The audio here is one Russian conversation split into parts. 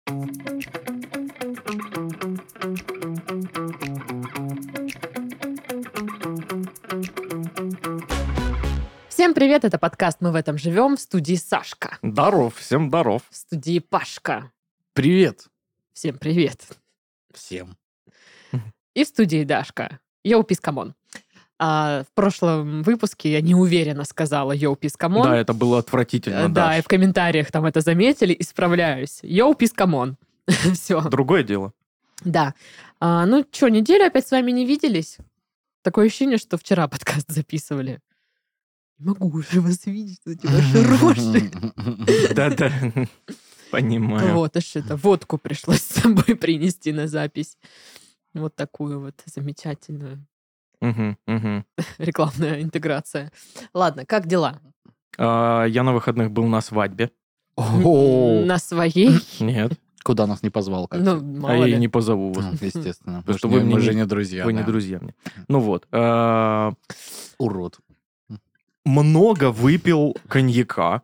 Всем привет, это подкаст «Мы в этом живем», в студии Сашка. Здоров, всем здоров. В студии Пашка. Привет. Всем привет. Всем. И в студии Дашка. Йоу, пис, камон. В прошлом выпуске я неуверенно сказала «Йоу, пис, камон». Да, это было отвратительно, Да, Даш. и в комментариях там это заметили, исправляюсь. «Йоу, пис, камон». Все. Другое дело. Да. Ну что, неделю опять с вами не виделись? Такое ощущение, что вчера подкаст записывали. Не могу уже вас видеть, эти ваши рожи. Да-да, понимаю. Вот, аж это, водку пришлось с собой принести на запись. Вот такую вот замечательную рекламная интеграция. Ладно, как дела? Я на выходных был на свадьбе. На своей? Нет, Куда нас не позвал, как Ну, ты? мало я и ли. не позову вас. Естественно. Потому что вы мне мы не- же не друзья. Вы не да. друзья мне. Ну вот. Урод. Много выпил коньяка.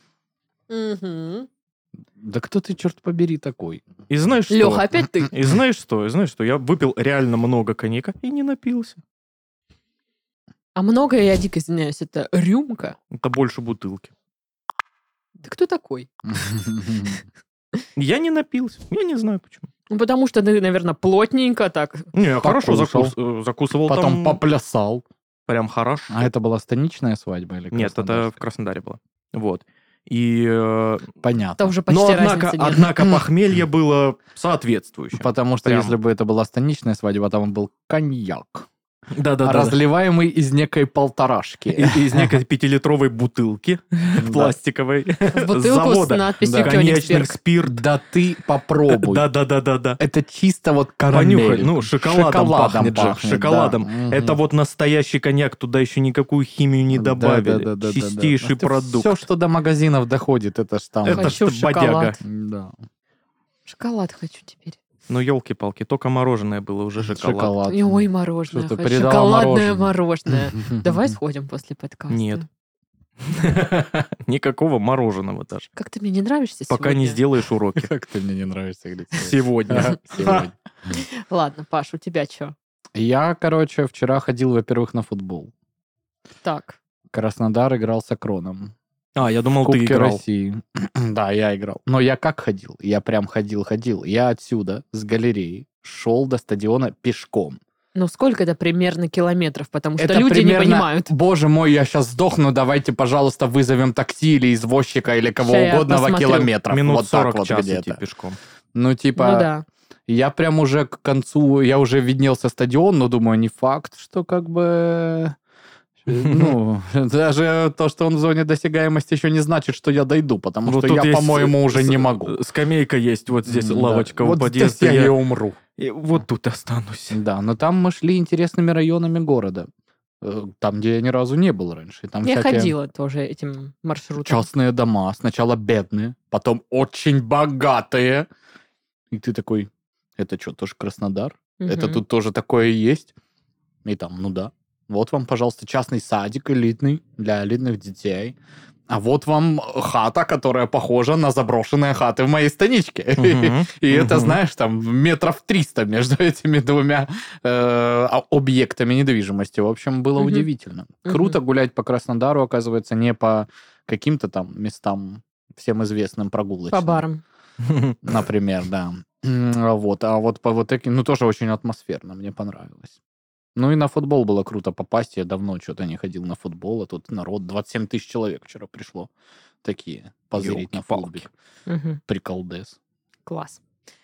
Мгм. Да кто ты, черт побери, такой? И знаешь что? Лёха, опять ты? И знаешь что? Я выпил реально много коньяка и не напился. А много, я дико извиняюсь, это рюмка? Это больше бутылки. Да кто такой? Я не напился. Я не знаю почему. Ну, потому что ты, наверное, плотненько так. Не, я хорошо Покушал. закусывал Потом там. поплясал. Прям хорошо. А это была станичная свадьба или Нет, это в краснодарская? Краснодаре было. Вот. И... Понятно. Это уже почти Но, разницы нет. однако похмелье было соответствующее. Потому что Прям. если бы это была станичная свадьба, там был коньяк. Да-да-да. Разливаемый из некой полторашки. Из некой 5-литровой бутылки пластиковой. В бутылку с завода. надписью Да. Конечный «Кёнигсберг». спирт. Да ты попробуй. Да-да-да-да-да. Это чисто вот карамель. Понюхай. Ну, шоколадом пахнет же. Шоколадом. да. Мгм. Это вот настоящий коньяк. Туда еще никакую химию не добавили. Да-да-да-да-да. Чистейший продукт. Все, что до магазинов доходит, это ж там. Это Хочу ж бодяга. шоколад. Да. Шоколад хочу теперь. Ну, елки-палки. Только мороженое было, уже шоколад. Ой, мороженое. Что ты хочу. передала Шоколадное мороженое. мороженое? Давай сходим после подкаста. Нет. Никакого мороженого даже. Как ты мне не нравишься Пока не сегодня? сделаешь уроки. Как ты мне не нравишься, Алексей. Сегодня. Сегодня. Ладно, Паш, у тебя что? Я, короче, вчера ходил, во-первых, на футбол. Так. Краснодар играл с Акроном. Я думал, Кубки ты играл. России. Да, я играл. Но я как ходил? Я прям ходил. Я отсюда, с галереи, шел до стадиона пешком. Ну, сколько это примерно километров? Потому что Это люди примерно- не понимают. Боже мой, я сейчас сдохну, давайте, пожалуйста, вызовем такси или извозчика или кого Ща я угодно во посмотрю. километров. Минут вот 40 так вот час идти где-то. пешком. Ну, типа, Ну да. я прям уже к концу, я уже виднелся стадион, но думаю, не факт, что как бы... Ну, даже то, что он в зоне досягаемости, еще не значит, что я дойду, потому Вот что тут я, есть по-моему, уже не могу. Скамейка есть, вот здесь Да. лавочка у Вот здесь подъезда. я и Я умру. вот тут останусь. Да, но там мы шли интересными районами города. Там, где я ни разу не был раньше. И там Я всякие ходила тоже этим маршрутом. частные дома. Сначала бедные, потом очень богатые. И ты такой, это что, тоже Краснодар? Это Мгм. тут тоже такое есть? И там, ну да. Вот вам, пожалуйста, частный садик элитный для элитных детей. А вот вам хата, которая похожа на заброшенные хаты в моей станичке. Мгм. И это, Мгм. знаешь, там метров 300 между этими двумя объектами недвижимости. В общем, было Мгм. удивительно. Мгм. Круто гулять по Краснодару, оказывается, не по каким-то там местам всем известным прогулочным. По барам. Например, да. Вот. А вот по вот таким, ну, тоже очень атмосферно, мне понравилось. Ну и на футбол было круто попасть. Я давно что-то не ходил на футбол, а тут народ, 27 тысяч человек вчера пришло. Такие, позырить на Ёлки-палки. футбик. Мгм. Приколдес. Класс.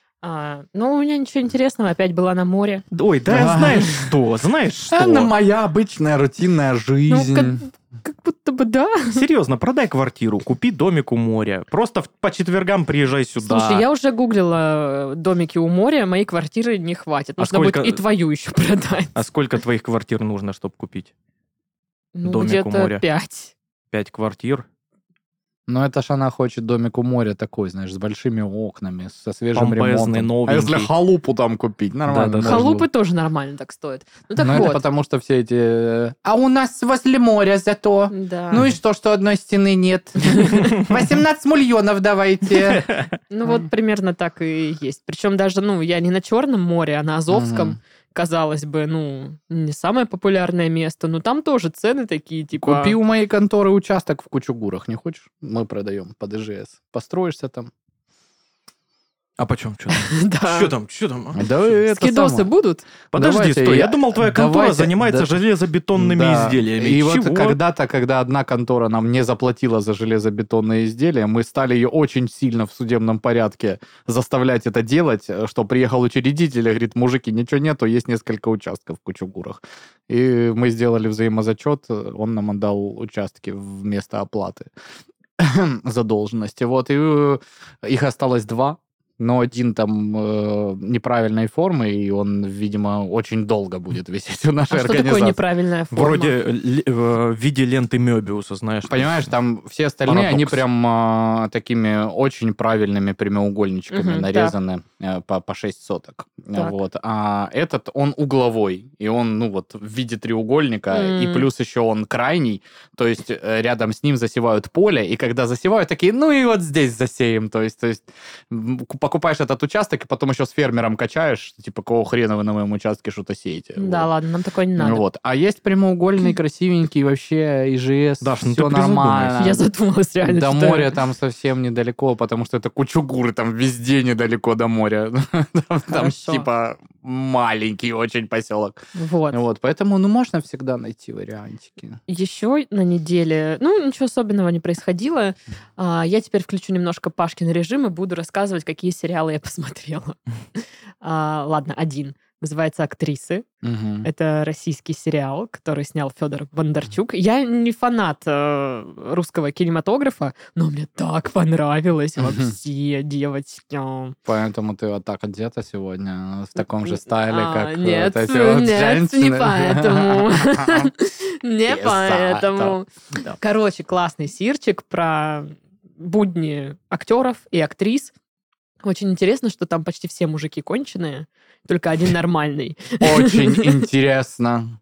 Ну, у меня ничего интересного. Опять была на море. Ой, да, Да. знаешь что? Это моя обычная рутинная жизнь. Ну, как будто бы да. Серьезно, продай квартиру, купи домик у моря. Просто по четвергам приезжай сюда. Слушай, я уже гуглила домики у моря, моей квартиры не хватит. А Нужно сколько- будет и твою еще продать. А сколько твоих квартир нужно, чтобы купить? Ну, домик у где-то моря? 5. 5 квартир? Ну, это ж она хочет домик у моря такой, знаешь, с большими окнами, со свежим Помпезный, ремонтом. новенький. А если халупу там купить? Нормально. Да-да-да. можно. Халупы тоже нормально так стоят. Ну так Ну, вот. это потому что все эти... А у нас возле моря зато. Да. Ну и что одной стены нет? 18 миллионов давайте. Ну вот примерно так и есть. Причем даже, я не на Черном море, а на Азовском. Мгм. Казалось бы, не самое популярное место, но там тоже цены такие, типа... Купи у моей конторы участок в Кучугурах, не хочешь? Мы продаем под ИЖС. Построишься там. А почем? Что Да. там? Что там? Да это Скидосы самое. будут? Подожди, Давайте стой. Я я- думал, твоя контора давайте- занимается да. железобетонными Да. изделиями. И вот Чего? когда-то, когда одна контора нам не заплатила за железобетонные изделия, мы стали ее очень сильно в судебном порядке заставлять это делать, что приехал учредитель и говорит, мужики, ничего нету, есть несколько участков в Кучугурах. И мы сделали взаимозачет, он нам отдал участки вместо оплаты задолженности. Вот, и их осталось 2. Но один там неправильной формы, и он, видимо, очень долго будет висеть у нашей А что организации. такое неправильная форма? Вроде в виде ленты Мёбиуса, знаешь. Понимаешь, там все остальные, Парадокс. они прям такими очень правильными прямоугольничками Мгм, нарезаны по 6 соток. Так. Вот. А этот, он угловой, и он, в виде треугольника, и плюс еще он крайний, то есть рядом с ним засевают поле, и когда засевают, такие, и вот здесь засеем. То есть покупаешь этот участок, и потом еще с фермером качаешь, типа, какого хрена вы на моем участке что-то сеете. Да, Вот. ладно, нам такое не надо. Вот. А есть прямоугольный, красивенький, вообще ИЖС, Даш, все ты нормально. Я задумалась реально. До что- моря там совсем недалеко, потому что это Кучугуры, там везде недалеко до моря. Там Хорошо. типа маленький очень поселок. Вот. Вот, поэтому, можно всегда найти вариантики. Еще на неделе, ничего особенного не происходило. Я теперь включу немножко Пашкин режим и буду рассказывать, какие сериалы я посмотрела. Ладно, один. Называется «Актрисы». Мгм. Это российский сериал, который снял Федор Бондарчук. Я не фанат русского кинематографа, но мне так понравилось вообще, девочки. Поэтому ты вот так одета сегодня, в таком же стайле, как Нет, вот эти вот нет, женщины. не поэтому. Не Писата. поэтому. Да. Короче, классный сирчик про будни актеров и актрис. Очень интересно, что там почти все мужики конченые, только один нормальный. Очень интересно.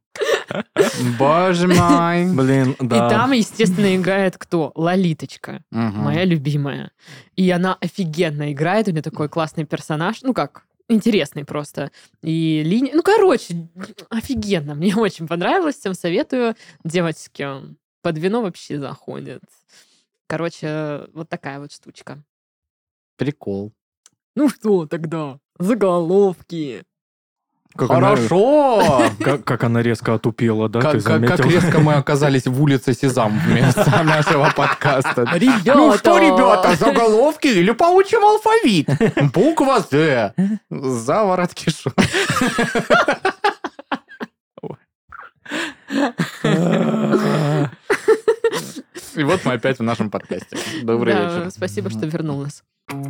Боже мой. Блин, И да. там, естественно, играет кто? Лолиточка, Мгм. моя любимая. И она офигенно играет, у нее такой классный персонаж, интересный просто. И линия... офигенно. Мне очень понравилось, всем советую. Девочки, под вино вообще заходит. Короче, вот такая вот штучка. Прикол. Ну что тогда? Заголовки. Как она- Хорошо! Как она резко отупела, да? Ты Как заметил? резко мы оказались в улице Сезам вместо нашего подкаста. Ребята! Ну что, ребята, заголовки или получим алфавит? Буква З. Заворот кишок. И вот мы опять в нашем подкасте. Добрый Да, вечер. спасибо, что вернул нас.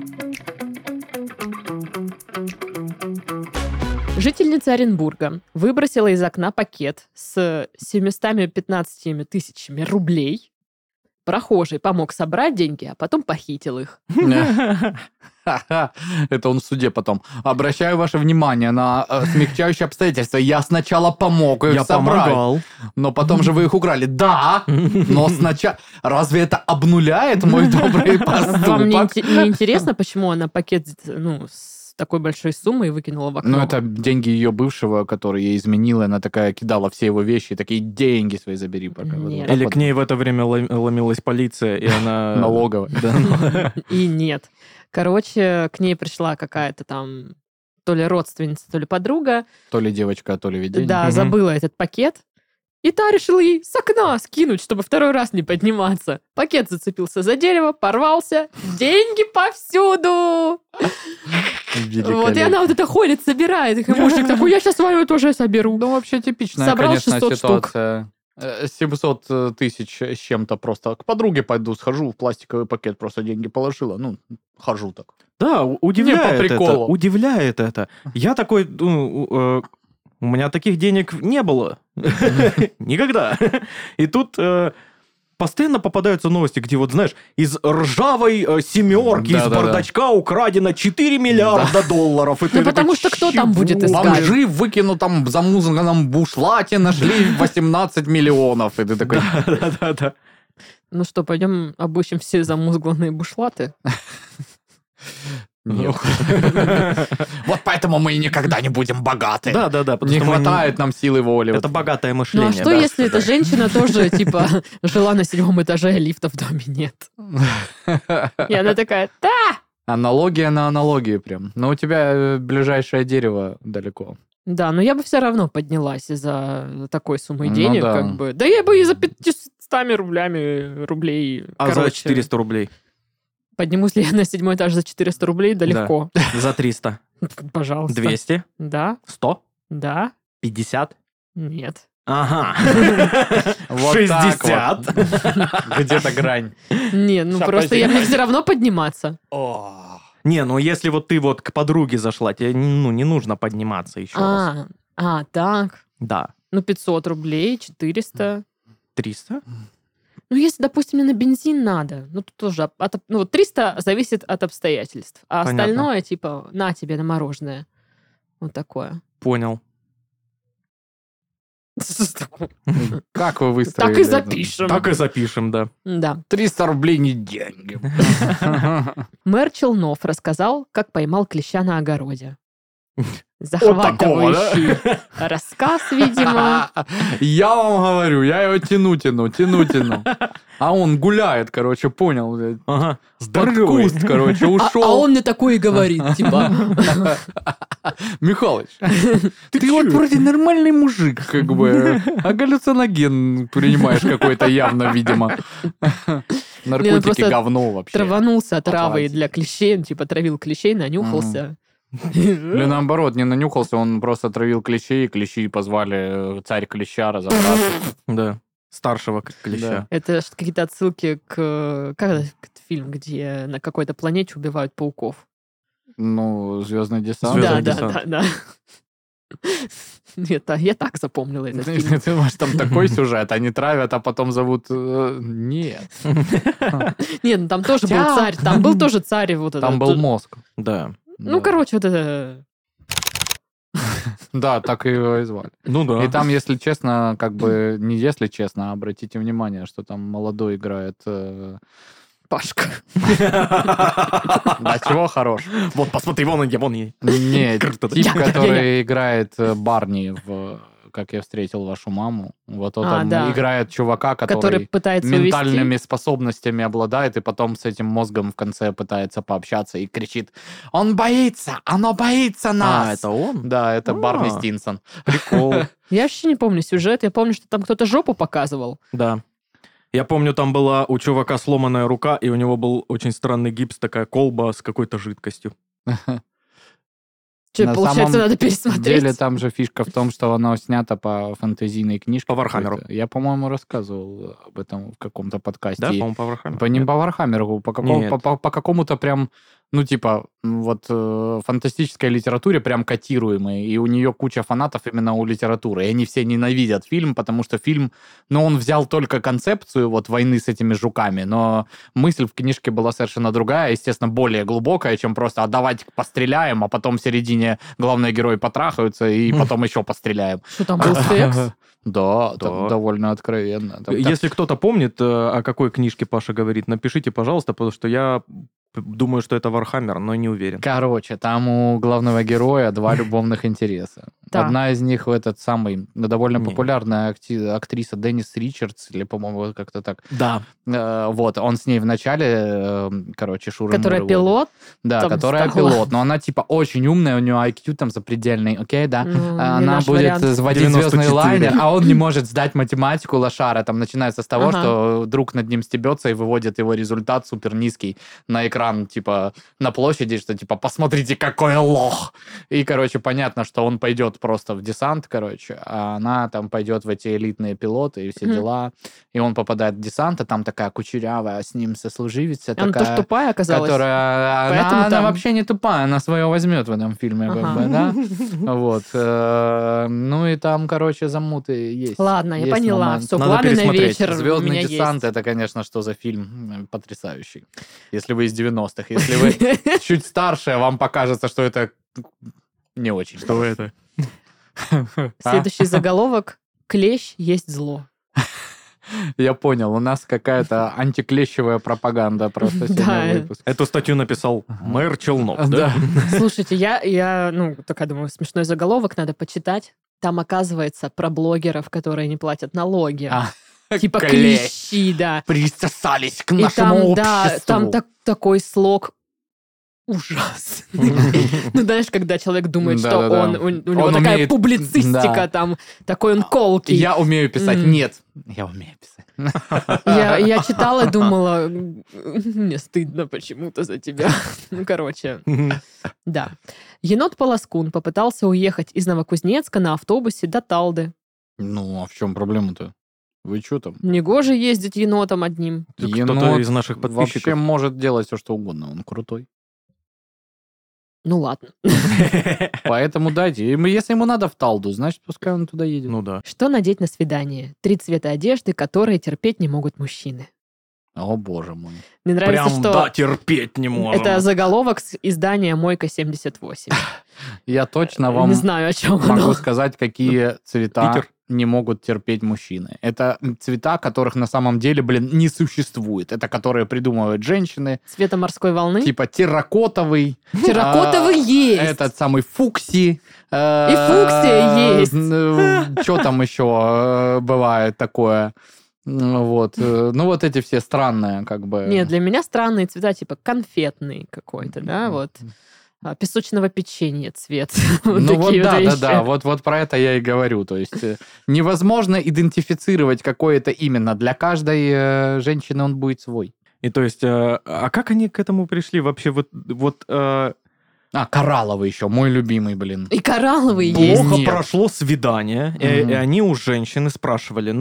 Жительница Оренбурга выбросила из окна пакет с 715 тысячами рублей. Прохожий помог собрать деньги, а потом похитил их. Ха-ха. Это он в суде потом. Обращаю ваше внимание на смягчающие обстоятельства. Я сначала помог их Я собрать, помогал. но потом же вы их украли. Да, но сначала... Разве это обнуляет мой добрый Вам поступок? не интересно, почему она пакет с такой большой суммой выкинула в окно? Ну, это деньги ее бывшего, которые ей изменила. Она такая кидала все его вещи. Такие, деньги свои забери пока. Вот Нет. так Или вот. к ней в это время ломилась полиция, и она... Налоговая. Да. И нет. Короче, к ней пришла какая-то там то ли родственница, то ли подруга. То ли девочка, то ли видение. Да, Мгм. забыла этот пакет. И та решила ей с окна скинуть, чтобы второй раз не подниматься. Пакет зацепился за дерево, порвался. Деньги повсюду! Вот, и она вот это ходит, собирает их. И мужик такой, я сейчас свою тоже соберу. Ну, вообще типичная, Собрал конечно, 600 штук. ситуация. 700 тысяч с чем-то просто. К подруге пойду, схожу, в пластиковый пакет просто деньги положила. Ну, хожу так. Да, удивляет Не по приколу. это. Удивляет это. Я такой, у меня таких денег не было. Никогда. И тут постоянно попадаются новости, где вот, знаешь, из ржавой семерки, из бардачка украдено 4 миллиарда долларов. И ты потому такой, что кто там будет искать? Бомжи в выкинутом замузганном бушлате нашли 18 миллионов. И ты такой... Да. Ну что, пойдем обыщем все замузгланные бушлаты? Нет. Вот поэтому мы никогда не будем богаты. Да. Не хватает нам силы воли. Это богатое Ну мышление. а что, если эта женщина тоже, типа, жила на 7 этаже, а лифта в доме нет? И она такая, да! Аналогия на аналогии прям. Но у тебя ближайшее дерево далеко. Да, но я бы все равно поднялась из-за такой суммы Ну денег, да. как бы. Да я бы и за 500 рублей, А за 400 рублей? Поднимусь ли я на 7 этаж за 400 рублей? Да легко. За 300? Пожалуйста. 200? Да. 100? Да. 50? Нет. Ага. Вот 60? так вот. Где-то грань. Не, ну просто мне все равно подниматься. Не, ну если вот ты вот к подруге зашла, тебе не нужно подниматься еще раз. Так. Да. Ну, 500 рублей, 400. 300? Ну, если, допустим, мне на бензин надо, ну, тут тоже... 300 зависит от обстоятельств. А Понятно. остальное, типа, на тебе на мороженое. Вот такое. Понял. Как вы выстроили? Так и запишем. Так и запишем, да. Да. 300 рублей не деньги. Мэр Челнов рассказал, как поймал клеща на огороде. такого, да? Захватывающий рассказ, видимо. Я вам говорю, я его тяну. А он гуляет, короче, понял, блядь. Ага. Под Здоровый. куст, короче, А ушел. он мне такое и говорит, типа. Михалыч, ты вот вроде нормальный мужик, как бы, а галлюциноген принимаешь какой-то явно, видимо. Наркотики просто говно вообще. Траванулся травой Атлантик. для клещей, он, типа, травил клещей, нанюхался. Или наоборот, не нанюхался, он просто травил клещей, и клещи позвали царь клеща разобраться. Да. Старшего клеща. Это ж какие-то отсылки к... Как этот фильм, где на какой-то планете убивают пауков? Ну, «Звездный десант». Звездный Да. десант. Это я так запомнила этот фильм. Ты думаешь, там такой сюжет, они травят, а потом зовут... Нет. Нет, ну там тоже был царь. Там был тоже царь. Вот этот. Там был мозг. Да. Ну, короче, вот это... Да, так и его и звали. Ну да. И там, если честно, как бы, не если честно, а обратите внимание, что там молодой играет... Пашка. Да, чего хорош? Вот, посмотри, вон он. Нет, Круто. тип, Я. который играет Барни в «Как я встретил вашу маму». Вот он там да. играет чувака, Который который пытается ментальными увести. способностями обладает, и потом с этим мозгом в конце пытается пообщаться и кричит: «Он боится! Оно боится нас!» это он? Да, это Барни А. Стинсон. Прикол. Я вообще не помню сюжет. Я помню, что там кто-то жопу показывал. Да. Я помню, там была у чувака сломанная рука, и у него был очень странный гипс, такая колба с какой-то жидкостью. Что, На получается, самом надо пересмотреть? деле там же фишка в том, что оно снято по фэнтезийной книжке. По Вархаммеру. какой-то. Я, по-моему, рассказывал об этом в каком-то подкасте. Да, по-моему, по Вархаммеру. Не Нет. по Вархаммеру, Нет. по какому-то прям, ну, типа, вот фантастической литературе прям котируемой, и у нее куча фанатов именно у литературы, и они все ненавидят фильм, потому что фильм, ну, он взял только концепцию вот войны с этими жуками, но мысль в книжке была совершенно другая, естественно, более глубокая, чем просто: а давайте постреляем, а потом в середине главные герои потрахаются, и потом еще постреляем. Что там был секс? Да, Да. там довольно откровенно. Там- Если кто-то помнит, о какой книжке Паша говорит, напишите, пожалуйста, потому что я думаю, что это Вархаммер, но не уверен. Короче, там у главного героя два любовных интереса. Да. Одна из них этот самый довольно Не. популярная актриса Деннис Ричардс, или, по-моему, как-то так. Да. Вот, он с ней вначале, короче, шуры Которая пилот? Да, там которая стала. пилот. Но она, типа, очень умная, у нее IQ там запредельный, окей, да. Ну, не Она наш будет вариант. заводить 94. звездный лайнер, а он не может сдать математику лошара. Там начинается с того, Ага. что друг над ним стебется и выводит его результат супер низкий на экран, типа, на площади, что, типа, посмотрите, какой лох. И, короче, понятно, что он пойдет идет просто в десант, короче, а она там пойдет в эти элитные пилоты и все дела. И он попадает в десант, а там такая кучерявая с ним сослуживица. Она такая, тоже тупая оказалась? которая... Поэтому Она там... вообще не тупая, она свое возьмет в этом фильме, как бы, да? Вот. Ну и там, короче, замуты есть. Ладно, я Есть поняла. момент. Все, Надо планы на пересмотреть. вечер у меня «Звездный десант» — есть. это, конечно, что за фильм потрясающий. Если вы из 90-х. Если вы чуть старше, вам покажется, что это не очень. Что это? Следующий заголовок: «Клещ есть зло». Я понял, у нас какая-то антиклещевая пропаганда просто Да. сегодня выпуск. Эту статью написал мэр Челнов, да? Слушайте, я такая думаю, смешной заголовок, надо почитать. Там, оказывается, про блогеров, которые не платят налоги. Типа клещ. клещи, да. Присосались к И нашему там, да, обществу. там такой слог ужасный. Ну, знаешь, когда человек думает, что Да-да-да. у него Он такая умеет- публицистика, да. там, такой он колкий. Я умею писать. М. Нет, я умею писать. Я читала и думала, мне стыдно почему-то за тебя. Ну, короче, да. Енот-полоскун попытался уехать из Новокузнецка на автобусе до Талды. Ну, а в чем проблема-то? Вы что там? Негоже ездить енотом одним. Кто-то из наших вообще подписчиков. может делать все, что угодно. Он крутой. Ну, ладно. Поэтому дайте. Если ему надо в Талду, значит, пускай он туда едет. Ну да. Что надеть на свидание? 3 цвета одежды, которые терпеть не могут мужчины. О, боже мой. Мне нравится, Прям, что да, терпеть не можем. это заголовок с издания «Мойка-78». Я точно Не вам знаю, о чем могу оно. сказать, какие цвета Питер. не могут терпеть мужчины. Это цвета, которых на самом деле, не существует. Это которые придумывают женщины. Цвета морской волны? Типа терракотовый. Терракотовый есть. Этот самый фукси. И фуксия есть. Что там еще бывает такое? Вот. Ну, вот эти все странные, как бы. Нет, для меня странные цвета, типа конфетный какой-то, да, вот. Песочного печенья цвет. Вот Ну вот такие да, вещи. да, вот про это я и говорю. То есть невозможно идентифицировать какое-то именно. Для каждой женщины он будет свой. И то есть, а как они к этому пришли вообще? Коралловый еще, мой любимый, блин. И коралловый есть. Плохо Нет. прошло свидание, и они у женщины спрашивали,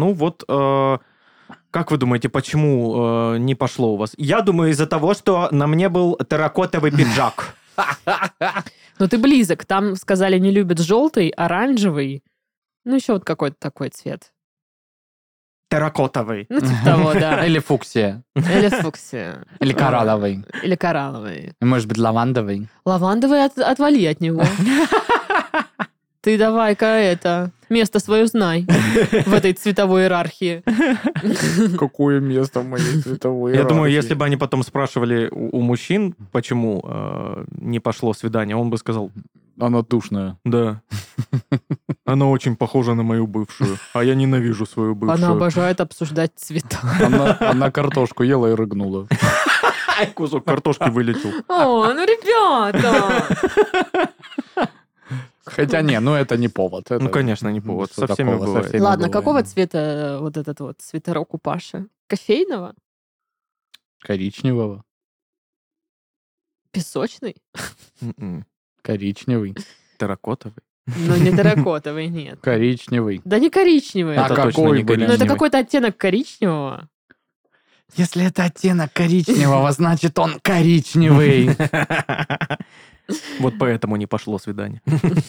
как вы думаете, почему не пошло у вас? Я думаю, из-за того, что на мне был терракотовый пиджак. Ну, ты близок. Там сказали, не любят желтый, оранжевый. Ну, еще вот какой-то такой цвет. Терракотовый. Ну, типа того, да. Или фуксия. Или фуксия. Или коралловый. Или коралловый. Может быть, лавандовый. Лавандовый отвали от него. Ты давай-ка место свое знай в этой цветовой иерархии. Какое место в моей цветовой Я думаю, если бы они потом спрашивали у мужчин, почему не пошло свидание, он бы сказал, Она душная. да, она очень похожа на мою бывшую, а я ненавижу свою бывшую. Она обожает обсуждать цвета. Она картошку ела и рыгнула. Кусок картошки вылетел. О, ну, ребята! Хотя не, это не повод. Ну, конечно, не повод. Что Со всеми такого, со бывает. всеми Ладно, бывает. какого цвета вот этот вот свитерок у Паши? Кофейного? Коричневого. Песочный? М-м. Коричневый. Терракотовый. Ну, не терракотовый, нет. Коричневый. Да не коричневый. Это точно какой, не блин? Ну, это коричневый. какой-то оттенок коричневого. Если это оттенок коричневого, значит он коричневый. Вот поэтому не пошло свидание.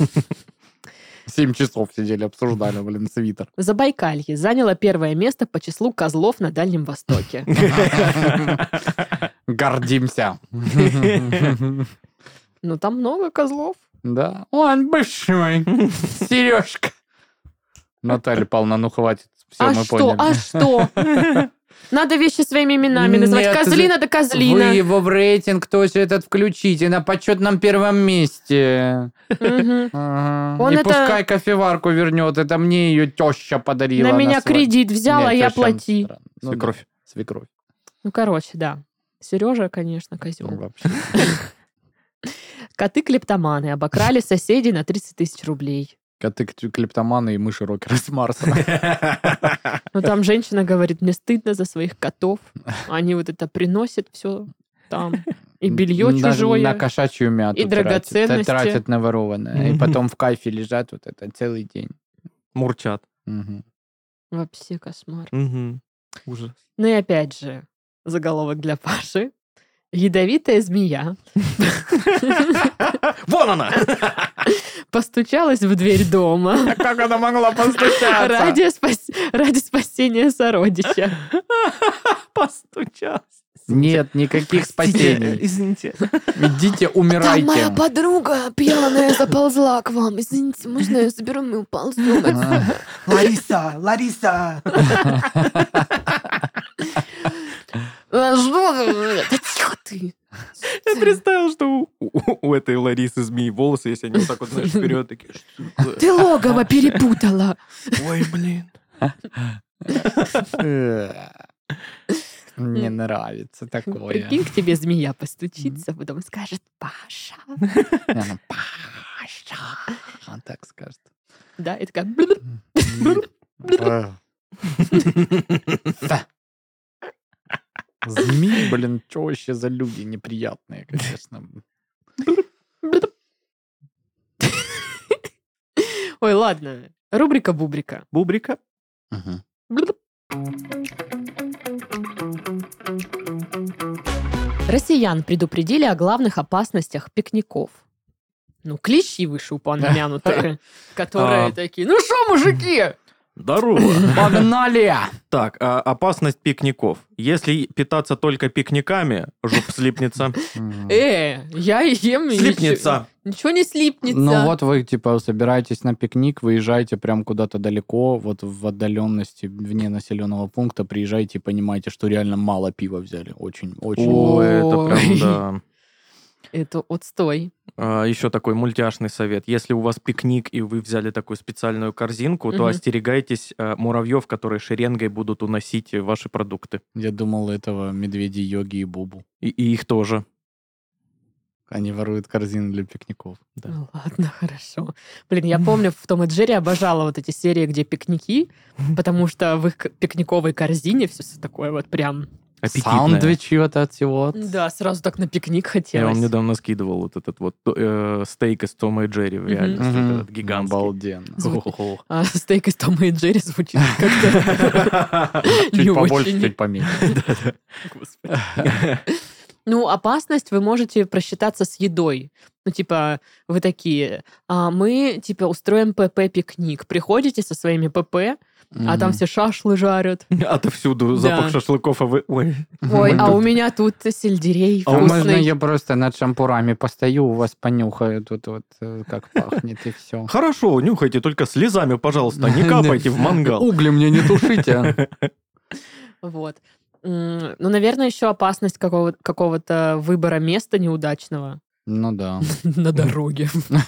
7 часов сидели, обсуждали, свитер. Забайкалье заняло первое место по числу козлов на Дальнем Востоке. Гордимся. Ну, там много козлов. Да. Он большой. Сережка. Наталья Павловна, ну хватит. Все, А мы что? поняли. А что? Надо вещи своими именами называть. Нет, Козлина да Вы козлина. его в рейтинг тоже этот включите на почетном первом месте. Мгм. Ага. Он И это- пускай кофеварку вернет. Это мне ее теща подарила. На меня свадьбу. кредит взял, а Нет, я теща плати. странно. Ну да, Свекровь. свекровь. Ну, короче, да. Сережа, конечно, козел. Ну, вообще. Коты-клептоманы обокрали соседей на 30 тысяч рублей. Коты клептоманы и мыши-рокеры с Марса. Ну, там женщина говорит, мне стыдно за своих котов. Они вот это приносят все там. И белье чужое. На кошачью мяту и драгоценности. тратят на ворованное. И потом в кайфе лежат вот это целый день. Мурчат. Мгм. Вообще кошмар. Мгм. Ужас. Ну и опять же, заголовок для Паши. Ядовитая змея Вон она! постучалась в дверь дома Как она могла постучаться? ради спасения сородича. Постучался. Нет, никаких спасений. Извините. Идите, умирайте. подруга пьяная заползла к вам. Извините, можно я заберу, мы уползем? Лариса! Что? Да тихо ты. Я представил, что у этой Ларисы змеи волосы, если они вот так вот, знаешь, вперед такие. Что такое? Ты логово перепутала. Ой, блин. Мне нравится такое. Прикинь, к тебе змея постучится, потом скажет Паша. Паша. Он так скажет. Да, и такая... Змеи, блин, что вообще за люди неприятные, конечно. Ой, ладно. Рубрика-бубрика. Бубрика. Мгм. Россиян предупредили о главных опасностях пикников. Ну, клещи вышеупомянутые, которые такие, ну что, мужики? Здорово. Погнали! Так, опасность пикников. Если питаться только пикниками, жуп слипнется. Я ем... и Слипнется. Ничего не слипнется. Ну вот вы, типа, собираетесь на пикник, выезжаете прям куда-то далеко, вот в отдаленности, вне населенного пункта, приезжаете и понимаете, что реально мало пива взяли. Очень, очень. О, это Ой. прям, да. Это отстой. Еще такой мультяшный совет. Если у вас пикник, и вы взяли такую специальную корзинку, то Мгм. остерегайтесь муравьев, которые шеренгой будут уносить ваши продукты. Я думал, этого медведи, йоги и Бубу. И их тоже. Они воруют корзины для пикников. Да. Ну ладно, хорошо. Блин, я помню, в Том и Джерри обожала вот эти серии, где пикники, потому что в их пикниковой корзине все такое вот прям... Аппетитное. Сандвичи вот от всего. Да, сразу так на пикник Я хотелось. вам недавно скидывал вот этот вот стейк из Тома и Джерри в реальности. Мгм. Вот этот гигантский. Обалденно. Хо-хо-хо. А стейк из Тома и Джерри звучит как-то не Чуть побольше, очень. чуть поменьше. Господи. Ну, опасность вы можете просчитаться с едой. Ну, типа, вы такие, мы, типа, устроим ПП-пикник. Приходите со своими ПП, а там все шашлы жарят. Отовсюду Да. запах шашлыков, а вы... Ой. Ой, а у меня тут сельдерей А можно вкусный. я просто над шампурами постою, у вас понюхаю тут вот, как пахнет, и все. Хорошо, нюхайте, только слезами, пожалуйста, не капайте в мангал. Угли мне не тушите. Вот. Ну, наверное, еще опасность какого-то выбора места неудачного Ну да. на дороге.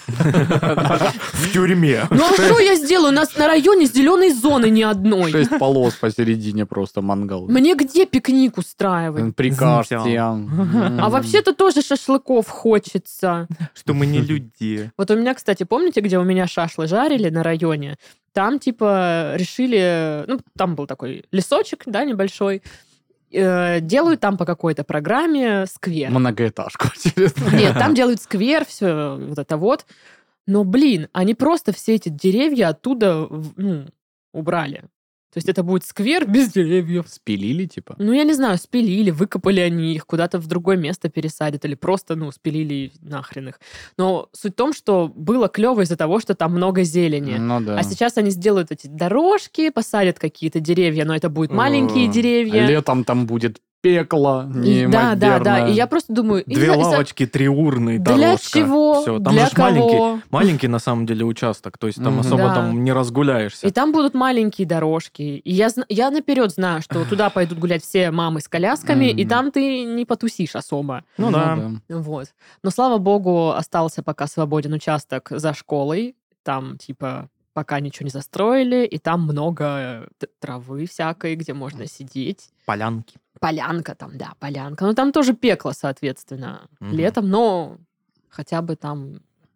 В тюрьме. Ну, а что я сделаю? У нас на районе зеленой зоны ни одной. 6 полос посередине просто мангал. Мне где пикник устраивать? Прикажьте. А вообще-то тоже шашлыков хочется. Что мы не люди. Вот у меня, кстати, помните, где у меня шашлы жарили на районе? Там, типа, решили... Ну, там был такой лесочек, да, небольшой. Делают там по какой-то программе сквер. Многоэтажку, интересно. Нет, там делают сквер, все вот это вот. Но, блин, они просто все эти деревья оттуда убрали. То есть это будет сквер без деревьев. Спилили, типа? Ну, я не знаю, спилили, выкопали они их, куда-то в другое место пересадят, или просто, спилили нахрен их. Но суть в том, что было клево из-за того, что там много зелени. Ну да. А сейчас они сделают эти дорожки, посадят какие-то деревья, но это будут маленькие деревья. Летом там будет пекло Да. неимоверное. И я просто думаю... Две лавочки, 3 урны, Для дорожка. чего? Всё. Там Для же маленький, кого? маленький на самом деле участок, то есть там Мгм. особо Да. там не разгуляешься. И там будут маленькие дорожки. И я наперед знаю, что туда пойдут гулять все мамы с колясками, и Мгм. там ты не потусишь особо. Ну да. Вот. Но, слава богу, остался пока свободен участок за школой. Там, типа, пока ничего не застроили, и там много травы всякой, где можно сидеть. Полянки. Полянка там, да, полянка. Но там тоже пекло, соответственно, Мгм. летом, но хотя бы там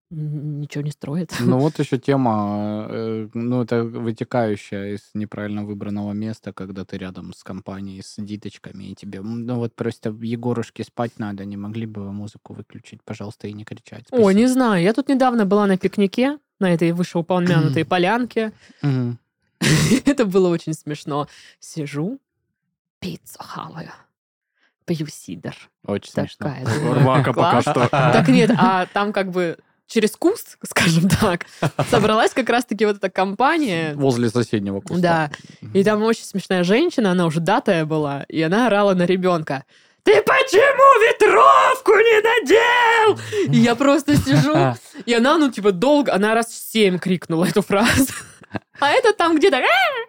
ничего не строит. Ну вот еще тема, ну это вытекающая из неправильно выбранного места, когда ты рядом с компанией, с диточками, и тебе, ну вот просто Егорушке спать надо, не могли бы вы музыку выключить, пожалуйста, и не кричать? О, Спасибо. не знаю, я тут недавно была на пикнике, на этой вышеупомянутой полянке. Мгм. Это было очень смешно. Сижу, пиццу хаваю, пью сидр. Очень смешно. Такая, думаю, Рвака пока класс. что. Так нет, а там как бы через куст, скажем так, собралась как раз-таки вот эта компания. Возле соседнего куста. Да, и там очень смешная женщина, она уже датая была, и она орала на ребенка. Ты почему ветровку не надел? И я просто сижу, и она, ну, типа, долго, она раз 7 крикнула эту фразу. А это там где-то...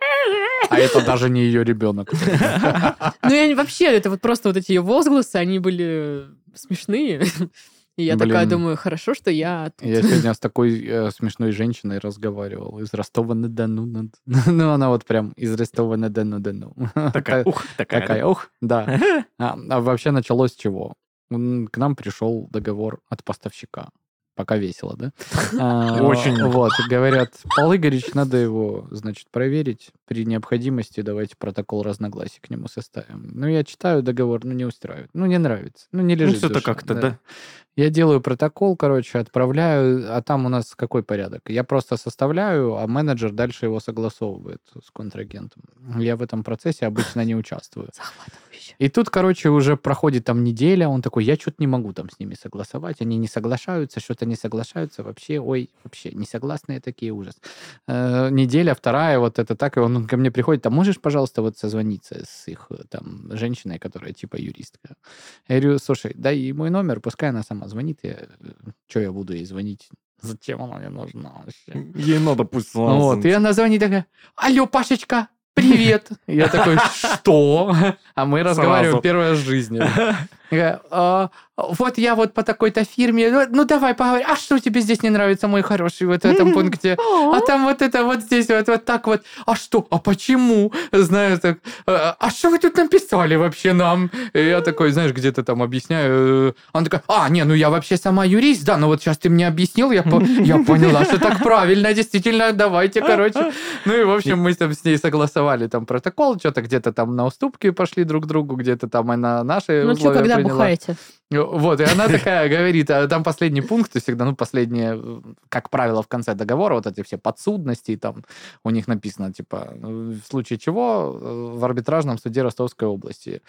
А это даже не ее ребенок. Ну, я вообще, это вот просто вот эти ее возгласы, они были смешные. И я такая Блин. думаю, хорошо, что я тут. Я сегодня с такой смешной женщиной разговаривал из Ростова-на-Дону. Ну, она вот прям из Ростова-на-Дону. Такая, ух, такая. Такая, ух, да. А вообще началось с чего? К нам пришел договор от поставщика. Пока весело, да? Очень. Вот, говорят, Павел Игоревич, надо его, значит, проверить. При необходимости давайте протокол разногласий к нему составим. Ну, я читаю договор, ну, не устраивает. Ну, не нравится. Ну, не лежит Ну, что-то в душе, как-то, да. Я делаю протокол, короче, отправляю, а там у нас какой порядок? Я просто составляю, а менеджер дальше его согласовывает с контрагентом. Я в этом процессе обычно не участвую. Захватывающе. И тут, короче, уже проходит там неделя, он такой, я что-то не могу там с ними согласовать, они не соглашаются, что-то не соглашаются, вообще, ой, вообще, несогласные такие, ужас. Неделя, вторая, вот это так, и он ко мне приходит, а можешь, пожалуйста, вот созвониться с их там женщиной, которая типа юристка? Я говорю, слушай, дай ей мой номер, пускай она сама звонит, что я буду ей звонить? Зачем она мне нужна вообще? Ей надо пусть Вот, и она звонит такая, алло, Пашечка, привет. Я такой, что? А мы разговариваем Сразу. первый раз в жизни. Я говорю, вот я вот по такой-то фирме, ну давай поговорим, а что тебе здесь не нравится, мой хороший, вот в этом пункте? А там вот это вот здесь, вот так вот. А что? А почему? Знаю, так. А что вы тут написали вообще нам? И я такой, знаешь, где-то там объясняю. Она такая, не, ну я вообще сама юрист, да, но вот сейчас ты мне объяснил, я поняла, что так правильно, действительно, давайте, короче. Ну и, в общем, мы там с ней согласовали там протокол, что-то где-то там на уступки пошли друг к другу, где-то там она наши Ну что, условия когда приняла. бухаете? Вот, и она такая говорит, а там последний пункт, всегда, ну, последнее, как правило, в конце договора, вот эти все подсудности, там у них написано, типа, в случае чего в арбитражном суде Ростовской области.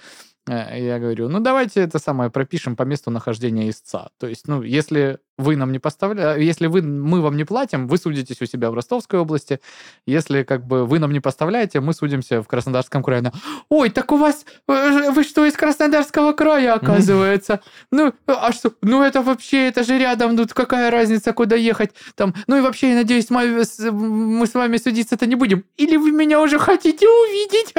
Я говорю, ну, давайте это самое пропишем по месту нахождения истца. То есть, ну, если вы нам не поставляете, если мы вам не платим, вы судитесь у себя в Ростовской области. Если, как бы, вы нам не поставляете, мы судимся в Краснодарском крае. Она, ой, так у вас, вы что, из Краснодарского края, оказывается? Ну, а что? Ну, это вообще, это же рядом, тут какая разница, куда ехать? Там, ну, и вообще, я надеюсь, мы с вами судиться-то не будем. Или вы меня уже хотите увидеть?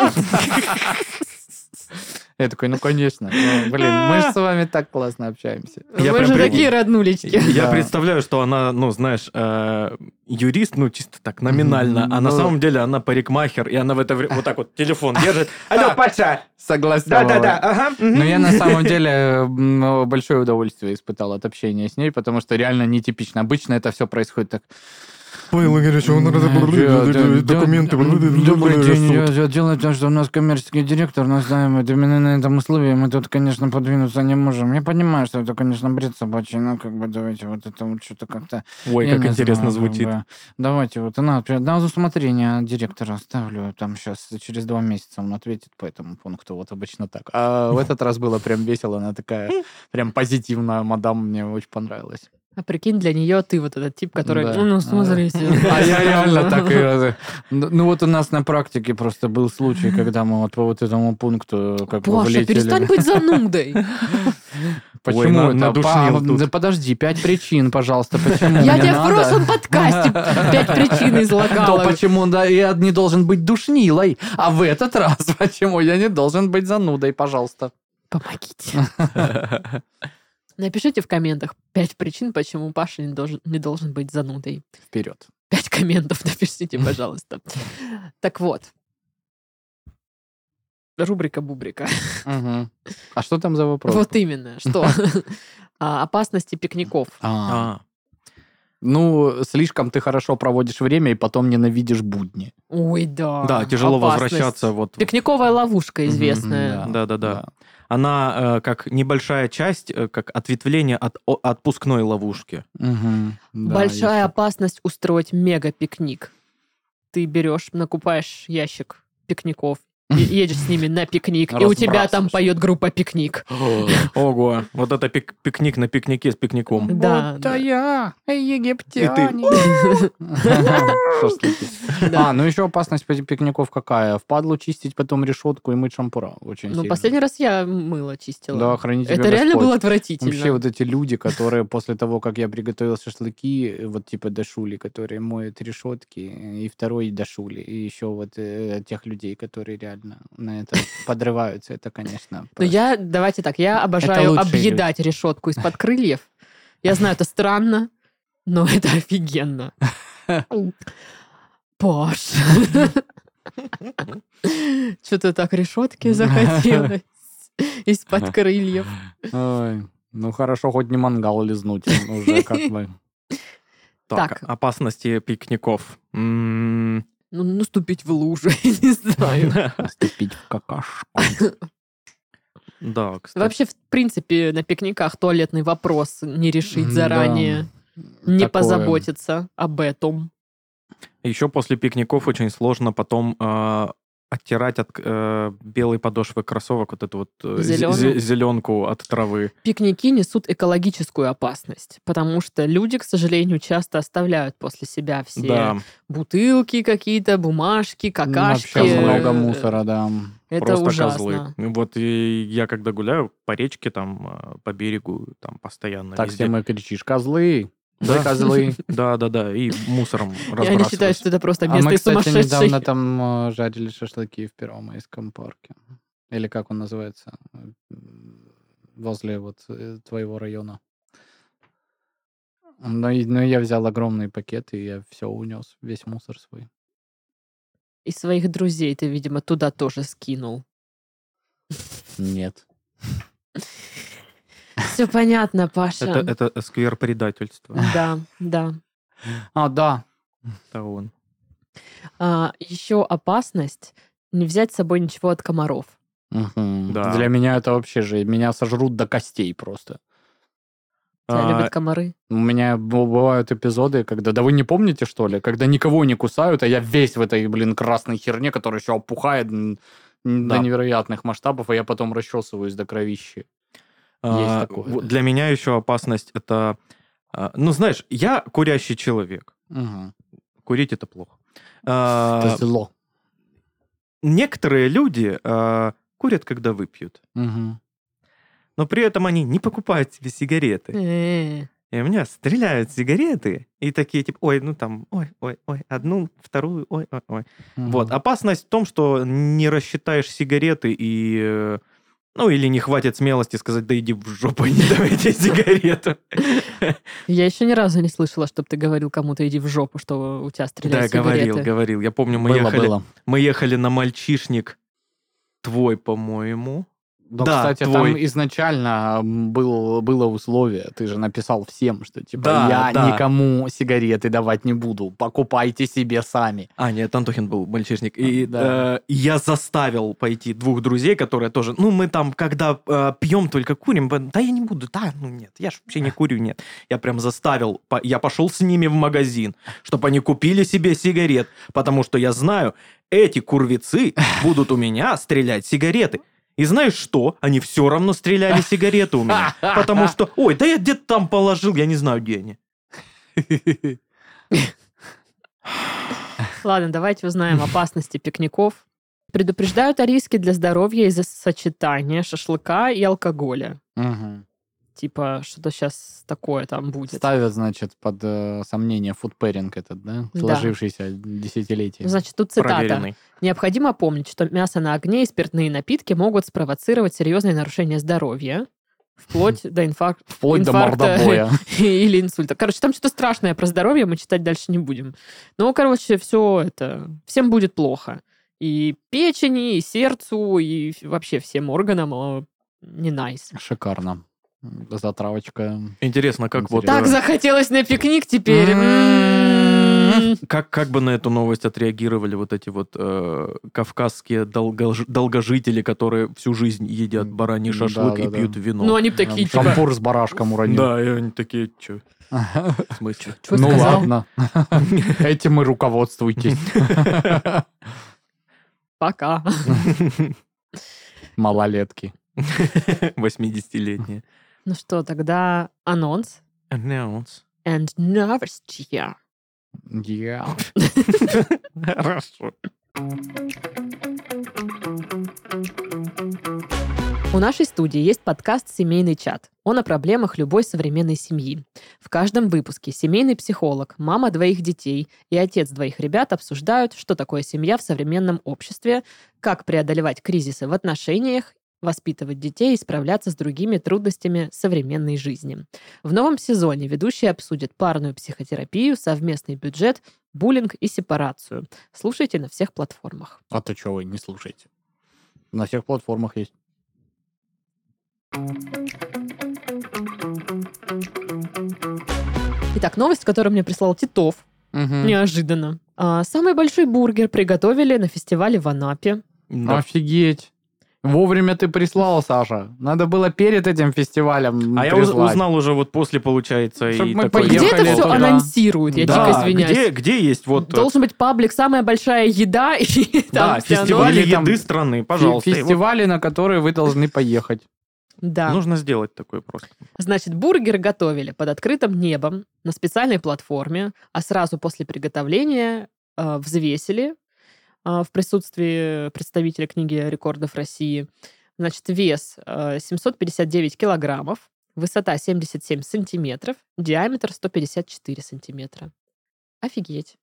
Я такой, ну, конечно. Ну, блин, мы же с вами так классно общаемся. Я Вы прям же прикинь. такие роднулечки. Я Да. представляю, что она, ну, знаешь, юрист, ну, чисто так, номинально, а на Ну. самом деле она парикмахер, и она в это время вот так вот телефон держит. Алло, Паша! Согласен. Да-да-да, ага. Но я на самом деле большое удовольствие испытал от общения с ней, потому что реально нетипично. Обычно это все происходит так. Павел Игоревич, документы. Добрый день. Дело в том, что у нас коммерческий директор, но знаем, это именно на этом условии мы тут, конечно, подвинуться не можем. Я понимаю, что это, конечно, бред собачий, но как бы давайте вот это вот что-то как-то... Ой, Я как не интересно знаю, звучит. как бы. Давайте вот на усмотрение директора ставлю. Там сейчас через 2 месяца он ответит по этому пункту. Вот обычно так. А в этот раз было прям весело. Она такая прям позитивная мадам. Мне очень понравилось. А прикинь, для нее ты вот этот тип, который, Да. ну, смотрите. А я реально так и... Ну вот у нас на практике просто был случай, когда мы вот по вот этому пункту как бы Паша, влетели. перестань быть занудой. Почему Ой, это? надушнил тут. Да подожди, 5 причин, пожалуйста, почему Я не тебе в надо? прошлом подкасте 5 причин излагала. То почему да, я не должен быть душнилой, а в этот раз почему я не должен быть занудой, пожалуйста. Помогите. Напишите в комментах 5 причин, почему Паша не должен быть занудой. Вперед. 5 комментов напишите, пожалуйста. Так вот. Рубрика-бубрика. Мгм. А что там за вопрос? Вот именно, что? Опасности пикников. А, Ну, слишком ты хорошо проводишь время и потом ненавидишь будни. Ой, да. Да, тяжело Опасность. возвращаться. Вот. Пикниковая ловушка известная. Да. Она как небольшая часть, как ответвление от отпускной ловушки. Мгм. Да, Большая есть опасность устроить мега-пикник. Ты берешь, накупаешь ящик пикников, и едешь с ними на пикник, и у тебя там Разбрасываешь. поет группа «Пикник». Ого, вот это пикник на пикнике с пикником. Да, Вот да. я, египтяне. Шашлыки. Да. Ну еще опасность пикников какая? Впадлу чистить потом решетку и мыть шампура. Очень Ну, сильно. последний раз я мыло чистила. Да, храни тебя Это реально Господь. было отвратительно. Вообще вот эти люди, которые после того, как я приготовил шашлыки, вот типа дашули, которые моют решетки, и второй дашули, и еще вот тех людей, которые реально на это подрываются, это, конечно, Ну, просто- давайте так, я обожаю лучшие объедать решетку из-под крыльев. Я знаю, это странно, но это офигенно. Паш. Что-то так решетки захотелось из-под крыльев. Ой, ну хорошо, хоть не мангал лизнуть, уже как бы... Так. Опасности пикников. Ну, наступить в лужу, я не знаю. Наступить в какашку. Да, кстати. Вообще, в принципе, на пикниках туалетный вопрос не решить Да. заранее, не Такое. позаботиться об этом. Еще после пикников очень сложно потом оттирать от белой подошвы кроссовок вот эту вот Зелёную? зеленку от травы. Пикники несут экологическую опасность, потому что люди, к сожалению, часто оставляют после себя все Да, бутылки какие-то, бумажки, какашки. Вообще много мусора, да. Это просто ужасно. козлы. Вот и я когда гуляю по речке, там, по берегу, там постоянно Так везде. всем и кричишь, козлы, Да. вы козлы. Да, и мусором И они разбрасываюсь. считают, что это просто А место мы, из кстати, сумасшедшей. недавно там жарили шашлыки в Первомайском парке. Или как он называется? Возле вот твоего района. Но я взял огромный пакет, и я все унес, весь мусор свой. И своих друзей ты, видимо, туда тоже скинул. Нет. Все понятно, Паша. Это сквер предательства. Да, да. А, да. Это он. Еще опасность не взять с собой ничего от комаров. Мгм. Да. Для меня это вообще же, меня сожрут до костей просто. Тебя А, любят комары? У меня бывают эпизоды, когда, да вы не помните, что ли, когда никого не кусают, а я весь в этой, красной херне, которая еще опухает до Да. невероятных масштабов, и я потом расчесываюсь до кровищи. Есть такое, вот да. Для меня еще опасность это... Ну, знаешь, я курящий человек. Мгм. Курить это плохо. Это зло. Некоторые люди курят, когда выпьют. Мгм. Но при этом они не покупают себе сигареты. Э, И у меня стреляют сигареты. И такие, типа, ой, ну там, ой, одну, вторую, ой. Мгм. Вот. Опасность в том, что не рассчитаешь сигареты и... Ну, или не хватит смелости сказать, да иди в жопу, не давайте сигарету. Я еще ни разу не слышала, чтобы ты говорил кому-то иди в жопу, что у тебя Да, стреляют сигареты. говорил. Я помню, Было. мы ехали на мальчишник твой, по-моему. Да, Да, кстати, твой. там изначально было условие. Ты же написал всем, что типа Да, я да. никому сигареты давать не буду. Покупайте себе сами. А, нет, Антохин был мальчишник. И Да. я заставил пойти двух друзей, которые тоже... Ну, мы там, когда пьем, только курим. Да я не буду, нет, я ж вообще не курю, нет. Я прям заставил, я пошел с ними в магазин, чтобы они купили себе сигарет, потому что я знаю, эти курвицы будут у меня стрелять сигареты. И знаешь что? Они все равно стреляли сигареты у меня. Потому что, ой, да я где-то там положил, я не знаю, где они. Ладно, давайте узнаем опасности пикников. Предупреждают о риске для здоровья из-за сочетания шашлыка и алкоголя. Мгм. Типа, что-то сейчас такое там будет. Ставят, значит, под сомнение фудпэринг этот, да? Да. Сложившийся десятилетиями. Значит, тут цитата. Проверенный. Необходимо помнить, что мясо на огне и спиртные напитки могут спровоцировать серьезные нарушения здоровья, вплоть до Вплоть до инфаркта мордобоя. или инсульта. Короче, там что-то страшное про здоровье, мы читать дальше не будем. Ну, короче, все это... Всем будет плохо. И печени, и сердцу, и вообще всем органам не найс. Шикарно. Затравочка. Интересно, как вот... Так захотелось на пикник теперь. Как бы на эту новость отреагировали вот эти вот кавказские долгожители, которые всю жизнь едят бараний шашлык и Да-да-да. пьют вино? Ну, они такие, типа, Шампур с барашком уронил. Да, и они такие, что? В смысле? что Ну сказал? ладно. Этим и руководствуйтесь. Пока. Малолетки. 80-летние. Ну что, тогда анонс Announce. and новости. Хорошо. У нашей студии есть подкаст «Семейный чат». Он о проблемах любой современной семьи. В каждом выпуске семейный психолог, мама двоих детей и отец двоих ребят обсуждают, что такое семья в современном обществе, как преодолевать кризисы в отношениях, воспитывать детей и справляться с другими трудностями современной жизни. В новом сезоне ведущие обсудят парную психотерапию, совместный бюджет, буллинг и сепарацию. Слушайте на всех платформах. А то что вы не слушаете? На всех платформах есть. Итак, новость, которую мне прислал Титов, неожиданно. Самый большой бургер приготовили на фестивале в Анапе. Да. Офигеть. Вовремя ты прислал, Саша. Надо было перед этим фестивалем А я прислать. узнал уже вот после, получается, Чтоб и мы такой... Где это Поехали все туда. анонсируют? Я Да, дико извиняюсь. где есть вот... Должен быть паблик «Самая большая еда» и Да, там все фестиваль Или там еды страны, пожалуйста. И вот Фестивали, на которые вы должны поехать. Да. нужно сделать такое просто. Значит, бургер готовили под открытым небом на специальной платформе, а сразу после приготовления взвесили в присутствии представителя книги рекордов России. Значит, вес 759 килограммов, высота 77 сантиметров, диаметр 154 сантиметра. Офигеть.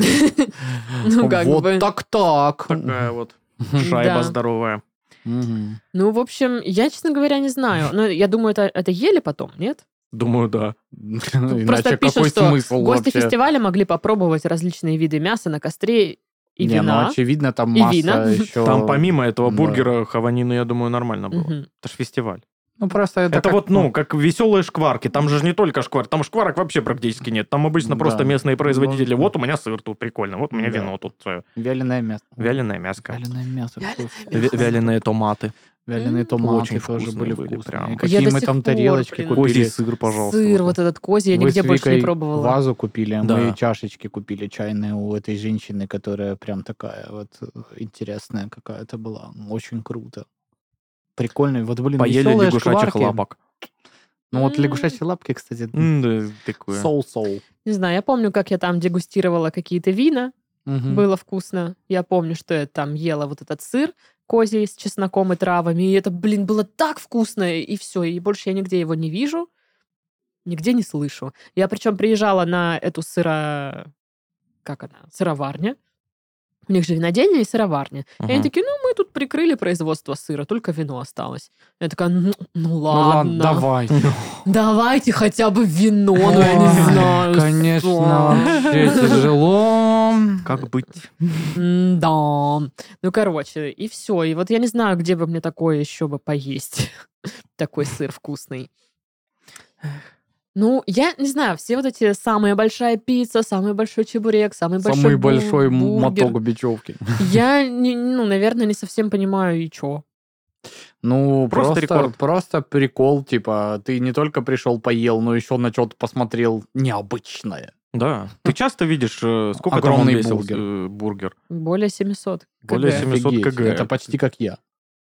Ну, как Вот бы. так-так. Такая вот шайба Да. здоровая. Мгм. Ну, в общем, я, честно говоря, не знаю. Но я думаю, это ели потом, нет? Думаю, да. Иначе Просто пишут, какой что смысл гости вообще? фестиваля могли попробовать различные виды мяса на костре и Не, ну вина. очевидно, там И масса вина. еще... Там помимо этого Да. бургера хаванину, я думаю, нормально было. Мгм. Это ж фестиваль. Ну, просто это Это как, вот, ну, как веселые шкварки. Там же не только шкварки, там шкварок вообще практически нет. Там обычно Да. просто местные производители. Ну, Вот у меня сыр тут прикольно, вот у меня да. вино тут, вяленое мясо. вяленое мяско, Вяленое мясо. вяленые томаты. Вяленые томаты Очень тоже вкусные были были, вкусные. прям. Какие Я до мы сих там пор, тарелочки блин. купили. Козий сыр, пожалуйста. Сыр вот этот козий я Вы нигде с больше не Викой пробовала. вазу купили, а Да. мы чашечки купили чайные у этой женщины, которая прям такая вот интересная какая-то была. Очень круто. Прикольно. Вот, блин, Поели веселые лягушачьих шкварки. лапок. Ну вот М. лягушачьи лапки, кстати, Да, такое. соу-соу. Не знаю, я помню, как я там дегустировала какие-то вина. Мгм. Было вкусно. Я помню, что я там ела вот этот сыр козий с чесноком и травами. И это, блин, было так вкусно. И все. И больше я нигде его не вижу. Нигде не слышу. Я причем приезжала на эту Как она? Сыроварня. У них же винодельня и сыроварня. И они Мгм. такие, ну, мы тут прикрыли производство сыра, только вино осталось. Я такая, ну Ну ладно. ладно, давай. Давайте хотя бы вино, ну я не Ой, знаю. Конечно, что. вообще тяжело. Как быть? Да. Ну, короче, и все. И вот я не знаю, где бы мне такое еще бы поесть. Такой сыр вкусный. Ну, я не знаю, все вот эти самая большая пицца, самый большой чебурек, самый Самый большой бургер. моток бечевки. Я, наверное, не совсем понимаю, и чё. Ну, Просто рекорд. просто прикол, типа, ты не только пришел поел, но еще на что-то посмотрел необычное. Да. Ты часто видишь, сколько там он Огромный весил, бургер. бургер? Более 700 Более кг. 700 Офигеть, кг. Это почти как я.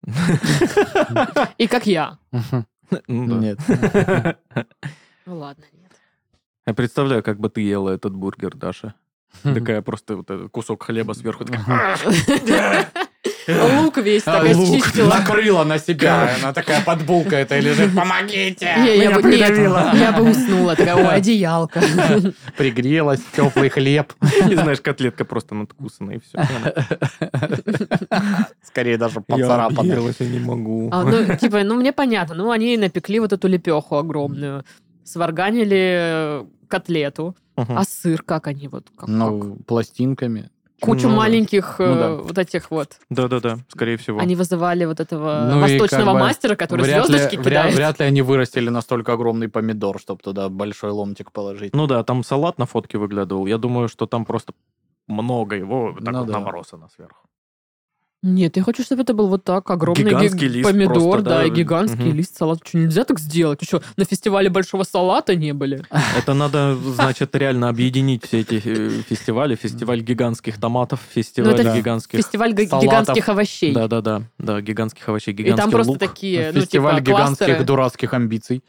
И как я. Ну да. Нет. Ну, ладно, нет. Я представляю, как бы ты ела этот бургер, Даша. Такая просто вот этот кусок хлеба сверху. Такая, Лук весь так Лук очистила. накрыла на себя, она такая под булкой это лежит. Помогите! Я бы, нет, придавило. я бы уснула. Такая, ой, одеялка. Пригрелась, теплый хлеб. не знаешь, котлетка просто надкусана, и все. Скорее даже Я поцарапанная. объелась, я не могу. Мне понятно. Ну, они напекли вот эту лепеху огромную, сварганили котлету. Мгм. А сыр как они вот? Как? Ну, пластинками. кучу Ну, маленьких Ну да. вот этих вот. Да-да-да, скорее всего. Они вызывали вот этого Ну и восточного как бы мастера, который вряд звездочки ли, кидает. вряд ли они вырастили настолько огромный помидор, чтобы туда большой ломтик положить. Ну да, там салат на фотке выглядывал. Я думаю, что там просто много его так Ну вот да. набросано сверху. Нет, я хочу, чтобы это был вот так, огромный Гигантский лист помидор, просто, да, да. и гигантский Мгм. лист салата. Что, нельзя так сделать? Что, на фестивале большого салата не были? Это надо, значит, реально объединить все эти фестивали. Фестиваль гигантских томатов, фестиваль это гигантских... Фестиваль Салатов. гигантских овощей. Да-да-да, да, гигантских овощей, И гигантский там просто лук. такие, Фестиваль ну, типа, гигантских кластеры. дурацких амбиций.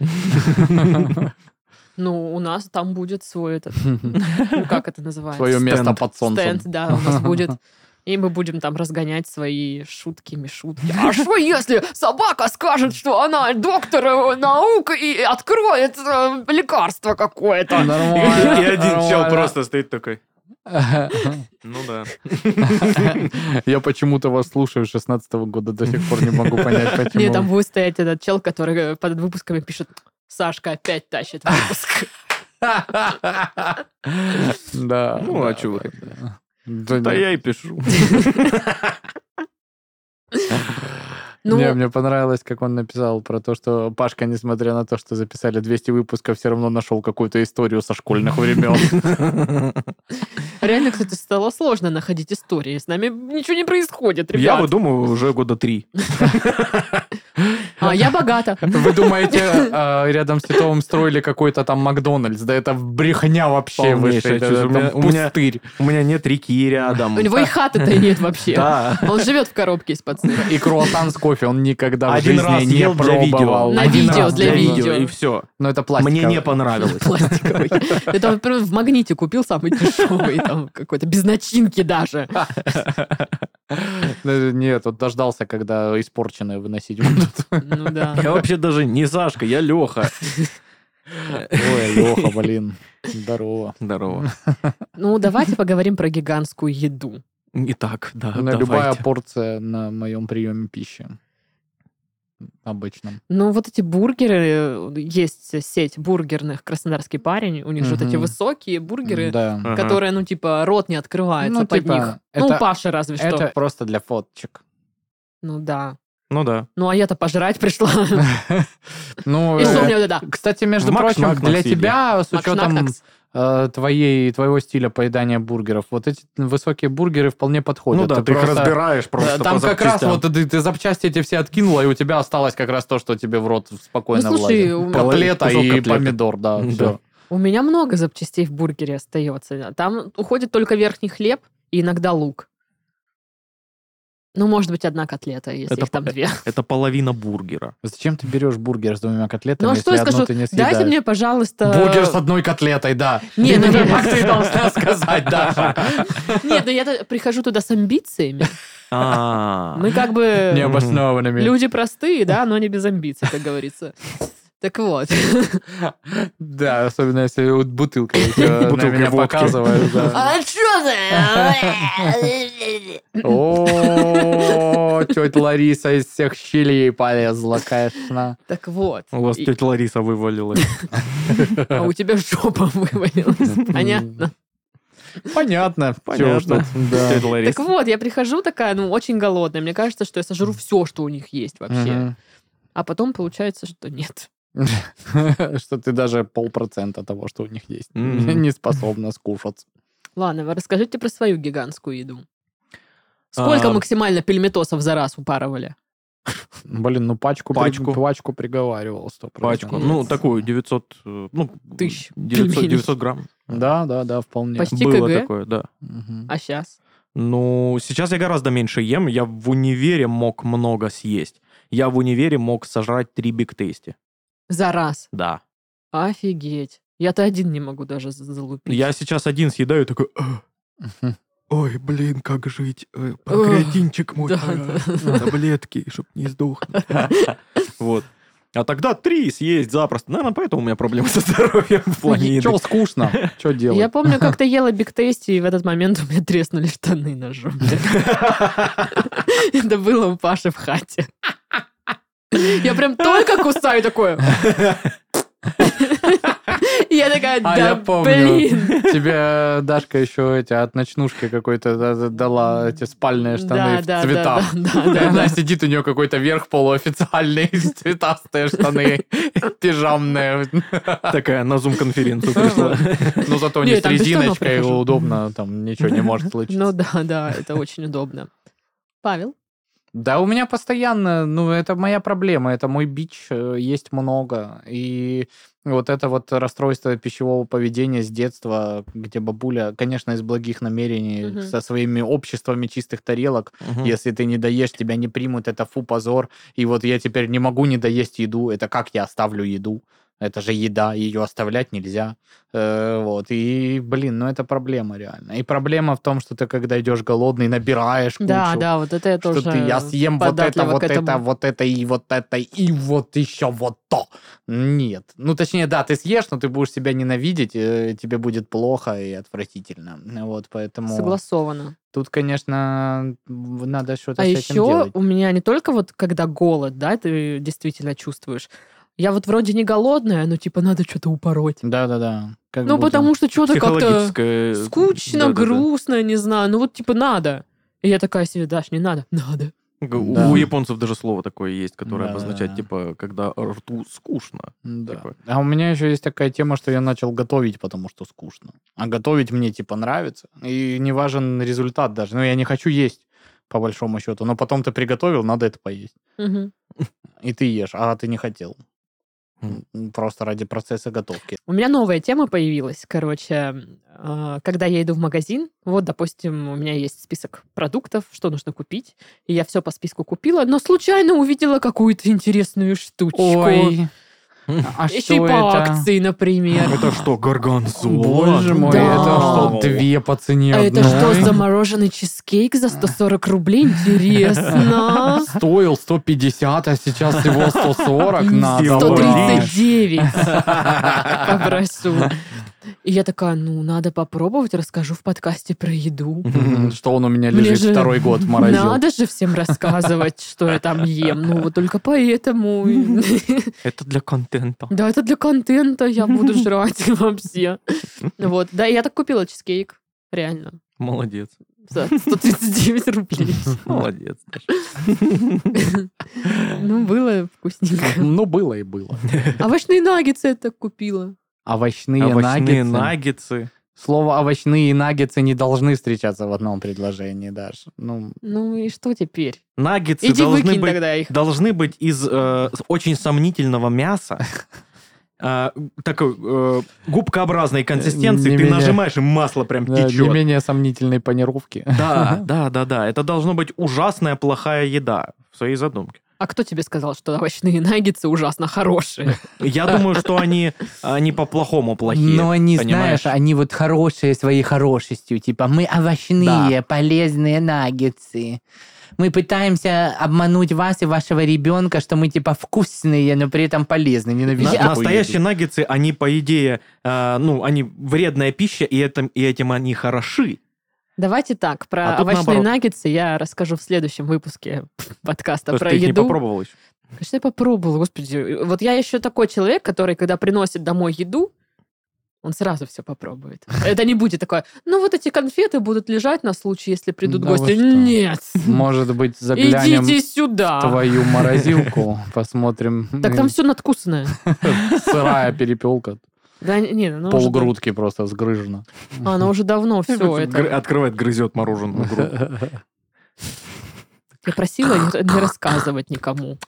Ну, у нас там будет свой этот, ну, как это называется? Свое место Стенд. под солнцем. Стенд, да, у нас будет. И мы будем там разгонять свои шутки-мишутки. А что, если собака скажет, что она доктор наук и откроет лекарство какое-то? Нормально, И один чел нормально. просто стоит такой. Ну да. Я почему-то вас слушаю с 16-го года, до сих пор не могу понять, почему. Нет, там будет стоять этот чел, который под выпусками пишет: Сашка опять тащит выпуск. Да. Ну, а да, чё вы? да. Да я и пишу. Ну, Не, мне понравилось, как он написал про то, что Пашка, несмотря на то, что записали 200 выпусков, все равно нашел какую-то историю со школьных времен. реально, кстати, стало сложно находить истории. С нами ничего не происходит, Я ребят. выдумываю уже года 3. А я богата. Вы думаете, рядом с Титовым строили какой-то там Макдональдс? Да это брехня вообще Полнейшая вышла. чушь. Это У меня- пустырь. У меня нет реки рядом. У него и хаты-то нет вообще. Да. Он живет в коробке из-под сыра. И круассан с кофе он никогда в Один раз жизни не ел для видео. пробовал. На Один видео, раз для видео. И все. Но это пластиковый. Мне не понравилось. Пластиковый. Это, например, в магните купил самый дешевый, там какой-то, без начинки даже. Нет, вот дождался, когда испорченное выносить будут. Ну да. Я вообще даже не Сашка, я Леха. Ой, Леха, блин. Здорово. Здорово. Ну, давайте поговорим про гигантскую еду. Итак, да, Любая давайте. порция на моем приеме пищи. Обычном. Ну, вот эти бургеры, есть сеть бургерных «Краснодарский парень», у них же вот эти Мгм. высокие бургеры, Да. Ага. которые, ну, типа, рот не открывается Ну, под типа, них. Ну, это- у Паши разве что. Это просто для фоточек. Ну, да. Ну да. Ну, а я-то пожрать пришла. Ну, И что мне вот это? кстати, между В прочим, Макс-Нак для носили. тебя, с учетом Макс-Накс. твоего стиля поедания бургеров, вот эти высокие бургеры вполне подходят. Ну да, ты их просто- разбираешь просто Там по как раз запчастям. вот ты запчасти эти все откинула, и у тебя осталось как раз то, что тебе в рот спокойно Ну, слушай, влазит. у- Котлета Кусок и котлеты. помидор, да, Да. все. У меня много запчастей в бургере остается. Там уходит только верхний хлеб и иногда лук. Ну, может быть, одна котлета, если Это их там по- две. Это половина бургера. Зачем ты берешь бургер с двумя котлетами, Ну, а если что я одну скажу? ты не Дайте съедаешь? мне, пожалуйста... Бургер с одной котлетой, да. Не, ну, Именно не- так ты должна сказать, Даша. Нет, ну я прихожу туда с амбициями. А, Мы как бы Необоснованными. люди простые, да, но не без амбиций, как говорится. Так вот. Да, особенно если вот бутылка еще на Бутылка меня водки. показывает. да. А что ты? О, тетя Лариса из всех щелей полезла, конечно. Так вот. у вас И- тетя Лариса вывалилась. А у тебя жопа вывалилась. Понятно. Понятно. Понятно. Чё уж тут, да. Тетя Лариса. Так вот, я прихожу такая, ну, очень голодная. Мне кажется, что я сожру все, что у них есть вообще. Мгм. А потом получается, что нет. Что ты даже 0,5% того, что у них есть, Мгм. не способна скушать. Ладно, вы расскажите про свою гигантскую еду. Сколько А, максимально пельметосов за раз упарывали? Блин, ну пачку приговаривал 100%. Пачку. Ну, такую, 900... Ну, Тысяч 900, пельменей. 900 грамм. Да, вполне. Почти Было КГ. такое, да. Мгм. А сейчас? Ну, сейчас я гораздо меньше ем. Я в универе мог много съесть. Я в универе мог сожрать 3 Биг Тейсти. За раз. Да. Офигеть. Я-то один не могу даже залупить. Я сейчас один съедаю и такой... Мгм. Ой, блин, как жить? Ох, Креатинчик мой. да, Таблетки, чтоб не сдохнуть. Вот. А тогда 3 съесть запросто. Наверное, поэтому у меня проблемы со здоровьем в плане еды. Чё скучно? Что делать? Я помню, как-то ела Биг Тейсти, и в этот момент у меня треснули штаны ножом. Это было у Паши в хате. Я прям только кусаю такое. И Я такая, А, я да помню. блин. Тебе Дашка еще от ночнушки какой-то дала эти спальные штаны в цветах. И она сидит, у нее какой-то верх полуофициальный, цветастые штаны, пижамные. Такая на зум-конференцию пришла. Но зато не Нет, с там без штанов резиночкой, прихожу. удобно, там ничего не может случиться. Ну да, это очень удобно. Павел? Да, у меня постоянно, это моя проблема, это мой бич, есть много. И вот это вот расстройство пищевого поведения с детства, где бабуля, конечно, из благих намерений, со своими обществами чистых тарелок, если ты не доешь, тебя не примут, это фу, позор. И вот я теперь не могу не доесть еду, это как я оставлю еду? Это же еда, ее оставлять нельзя. Вот. И, блин, это проблема реально. И проблема в том, что ты, когда идешь голодный, набираешь кучу. Да, вот это я Что тоже я съем вот это, податлива вот к этому. это, вот это, и вот это, и вот еще вот то. Нет. Точнее, да, ты съешь, но ты будешь себя ненавидеть, тебе будет плохо и отвратительно. Вот, поэтому... Согласовано. Тут, конечно, надо что-то А с этим еще делать. у меня не только вот когда голод, да, ты действительно чувствуешь. Я вот вроде не голодная, но типа надо что-то упороть. Да-да-да. Потому что что-то как-то Психологическое... скучно, Да-да-да. грустно, не знаю. Ну вот типа надо. И я такая себе, Даш, не надо. Надо. Да. У японцев даже слово такое есть, которое Да. обозначает, типа, когда рту скучно. Да. Типа. А у меня еще есть такая тема, что я начал готовить, потому что скучно. А готовить мне, типа, нравится. И не важен результат даже. Я не хочу есть, по большому счету. Но потом ты приготовил, надо это поесть. Мгм. И ты ешь, а ты не хотел. Просто ради процесса готовки. У меня новая тема появилась. Короче, когда я иду в магазин, вот, допустим, у меня есть список продуктов, что нужно купить, и я все по списку купила, но случайно увидела какую-то интересную штучку. А Еще что и по это? акции, например. Это что, горгонзола? Боже мой, Да. это что, 2 по цене А это что, одной? замороженный чизкейк за 140 рублей? Интересно. Стоил 150, а сейчас всего 140. Надо брать. 139 попрошу. И я такая, надо попробовать, расскажу в подкасте про еду. Что он у меня Мне лежит же второй год в морозилке. Надо же всем рассказывать, что я там ем. Вот только поэтому. Это для контента. Да, это для контента, я буду жрать вообще. Вот, да, я так купила чизкейк, реально, Молодец. за 139 рублей. Молодец. Было вкусненько. Было и было. Овощные наггетсы я так купила. Овощные Овощные наггетсы. наггетсы. Слово овощные наггетсы не должны встречаться в одном предложении, Даш. Ну и что теперь? Наггетсы Иди должны выкинь быть, тогда их. должны быть из очень сомнительного мяса. Такой губкообразной консистенции. Не Ты менее- нажимаешь, и масло прям Да, не течет. менее сомнительной панировки. Да. Это должно быть ужасная плохая еда в своей задумке. А кто тебе сказал, что овощные наггетсы ужасно хорошие? Я думаю, что они по-плохому плохие. Но они, понимаешь? знаешь, они вот хорошие своей хорошестью. Типа, мы овощные, полезные наггетсы. Мы пытаемся обмануть вас и вашего ребенка, что мы, типа, вкусные, но при этом полезные. Ненавижу такую Настоящие еду. наггетсы, они, по идее, они вредная пища, и этим они хороши. Давайте так, про А тут овощные наоборот. наггетсы я расскажу в следующем выпуске подкаста То есть про ты их не еду. попробовал еще? Конечно, я попробовала, господи. Вот я еще такой человек, который, когда приносит домой еду, он сразу все попробует. Это не будет такое, вот эти конфеты будут лежать на случай, если придут Да гости. вы что? Нет, Может быть, заглянем идите в сюда. твою морозилку, посмотрим. Так там все надкусанное. Сырая перепелка. Да, нет, оно уже, Полгрудки просто сгрыжено. оно уже давно все. Открывает, грызет мороженую грудь. Я просила не рассказывать никому.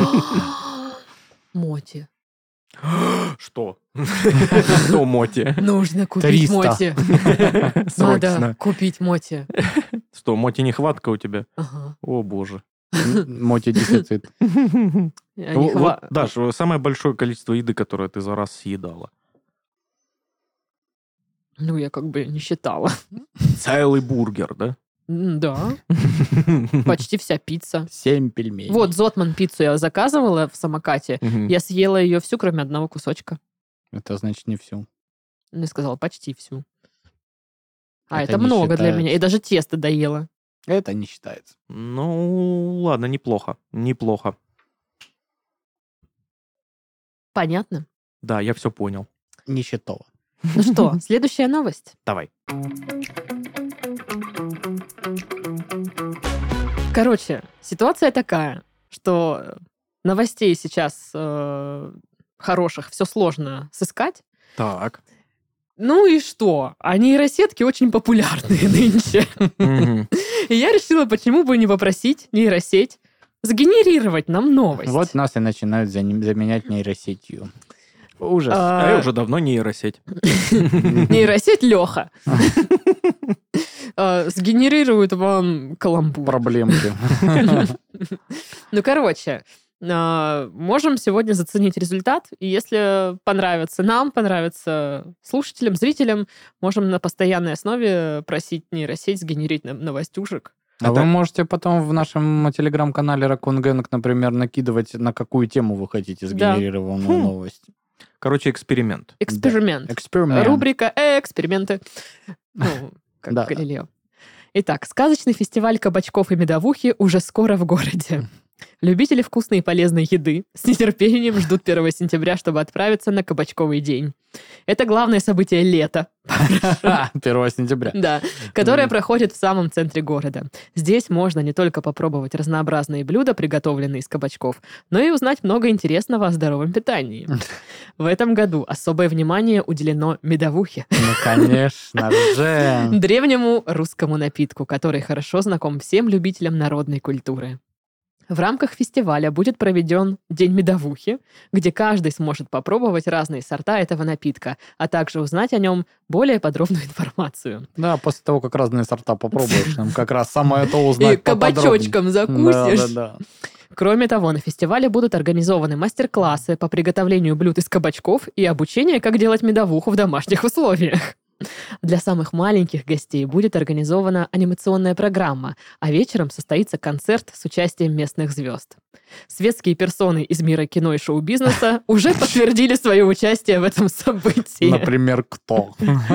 Моти. Что? Что, Моти? Нужно купить 300. моти. Надо Срочно. купить моти. Что, Моти нехватка у тебя? Ага. О, боже. Моти дефицит. Вот, Даш, самое большое количество еды, которое ты за раз съедала. Я как бы не считала. Целый бургер, да? Да, почти вся пицца. 7 пельменей. Вот, Зотман пиццу я заказывала в самокате. Мгм. Я съела ее всю, кроме одного кусочка. Это значит не всю. Я сказала, почти всю. А Это это не много для считается. меня. И даже тесто доела. Это не считается. Ну, ладно, неплохо. Неплохо. Понятно? Да, я все понял. нищетово. Ну что, следующая новость. Давай. Короче, ситуация такая, что новостей сейчас хороших все сложно сыскать. Так. Ну и что? А нейросетки очень популярные нынче. Мгм. И я решила, почему бы не попросить нейросеть сгенерировать нам новость. Вот нас и начинают заменять нейросетью. Ужас. А я уже давно нейросеть. Нейросеть Леха сгенерирует вам каламбур. Проблемки. Ну, короче, можем сегодня заценить результат, и если понравится нам, понравится слушателям, зрителям, можем на постоянной основе просить нейросеть сгенерить нам новостюшек. А вы можете потом в нашем телеграм-канале Raccoon Gang, например, накидывать, на какую тему вы хотите сгенерированную новость. Короче, эксперимент. Эксперимент. Эксперимент. Рубрика «Эксперименты». Ну, как Да. Галилео. Итак, сказочный фестиваль кабачков и медовухи уже скоро в городе. Любители вкусной и полезной еды с нетерпением ждут 1 сентября, чтобы отправиться на кабачковый день. Это главное событие лета. 1 сентября. Да, которая проходит в самом центре города. Здесь можно не только попробовать разнообразные блюда, приготовленные из кабачков, но и узнать много интересного о здоровом питании. В этом году особое внимание уделено медовухе, Ну, конечно же. древнему русскому напитку, который хорошо знаком всем любителям народной культуры. В рамках фестиваля будет проведен День медовухи, где каждый сможет попробовать разные сорта этого напитка, а также узнать о нем более подробную информацию. Да, после того, как разные сорта попробуешь, нам как раз самое то И узнать кабачочком закусишь. Да. Кроме того, на фестивале будут организованы мастер-классы по приготовлению блюд из кабачков и обучение, как делать медовуху в домашних условиях. Для самых маленьких гостей будет организована анимационная программа, а вечером состоится концерт с участием местных звезд. Светские персоны из мира кино и шоу-бизнеса уже подтвердили свое участие в этом событии. Например, кто?